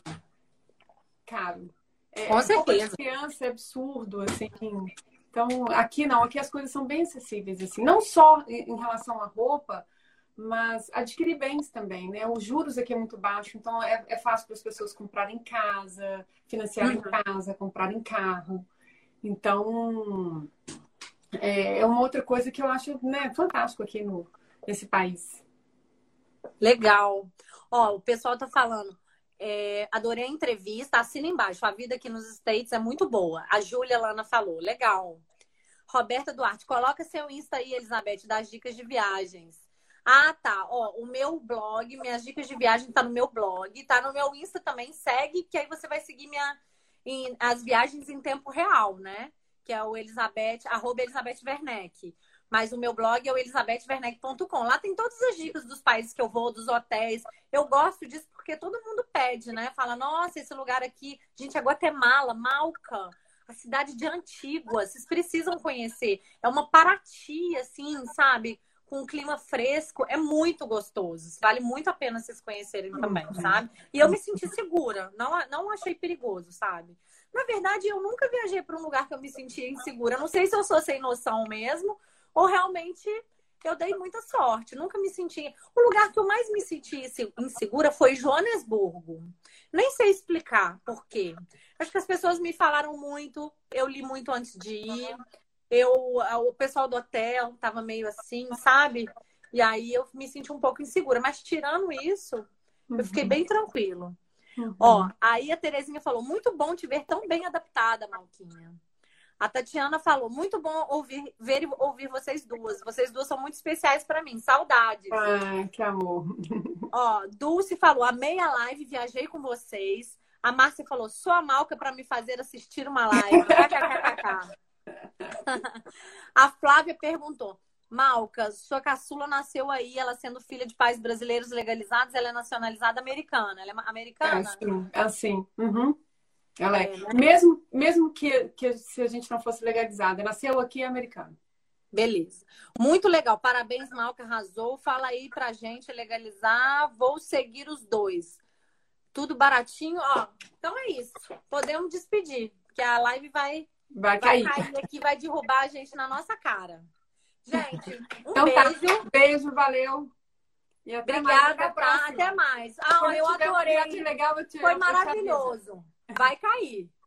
caro. É, Com certeza. De criança é absurdo, assim. Então, aqui não, aqui as coisas são bem acessíveis, assim. Não só em relação à roupa, mas adquirir bens também, né? Os juros aqui é muito baixo, então é, é fácil para as pessoas comprarem casa, financiarem uhum. casa, comprarem carro. Então, é, é uma outra coisa que eu acho, né, fantástico aqui no, nesse país. Legal. Ó, o pessoal tá falando... É, adorei a entrevista, assina embaixo. A vida aqui nos States é muito boa. A Júlia Lana falou, legal. Roberta Duarte, coloca seu Insta aí, Elizabeth, das dicas de viagens. Ah, tá. Ó, o meu blog, minhas dicas de viagem tá no meu blog, tá no meu Insta também. Segue, que aí você vai seguir minha, em, as viagens em tempo real, né? Que é o Elizabeth, arroba Elizabeth Werneck. Mas o meu blog é o elizabeth werneck ponto com. Lá tem todas as dicas dos países que eu vou, dos hotéis. Eu gosto disso porque todo mundo pede, né? Fala, nossa, esse lugar aqui... Gente, é Guatemala, Malca, a cidade de Antígua. Vocês precisam conhecer. É uma Paraty, assim, sabe? Com um clima fresco. É muito gostoso. Vale muito a pena vocês conhecerem também, sabe? E eu me senti segura. Não, não achei perigoso, sabe? Na verdade, eu nunca viajei para um lugar que eu me senti insegura. Não sei se eu sou sem noção mesmo... Ou realmente eu dei muita sorte. Nunca me senti... O lugar que eu mais me senti insegura foi Joanesburgo. Nem sei explicar por quê. Acho que as pessoas me falaram muito. Eu li muito antes de ir. Eu, o pessoal do hotel tava meio assim, sabe? E aí eu me senti um pouco insegura. Mas tirando isso, eu fiquei bem tranquilo. Uhum. Ó, aí a Terezinha falou, muito bom te ver tão bem adaptada, Malquinha. A Tatiana falou, muito bom ouvir, ver e ouvir vocês duas. Vocês duas são muito especiais para mim. Saudades. Ai, que amor. Ó, Dulce falou, amei a live, viajei com vocês. A Márcia falou, sou a Malca para me fazer assistir uma live. A Flávia perguntou, Malca, sua caçula nasceu aí, ela sendo filha de pais brasileiros legalizados, ela é nacionalizada americana. Ela é americana? É assim, é assim. Uhum. Ela é. É, né? Mesmo, mesmo que, que se a gente não fosse legalizada, nasceu aqui é americano. Beleza. Muito legal. Parabéns, Malca, arrasou. Fala aí pra gente legalizar. Vou seguir os dois. Tudo baratinho. Ó, então é isso. Podemos despedir, porque a live vai, vai, vai cair. cair aqui, vai derrubar a gente na nossa cara. Gente, um então, beijo. Tá. Beijo, valeu. E até Obrigada, mais. Até, tá? Até mais. Ah, Quando eu adorei. Um legal, eu te, Foi eu maravilhoso. Vai cair.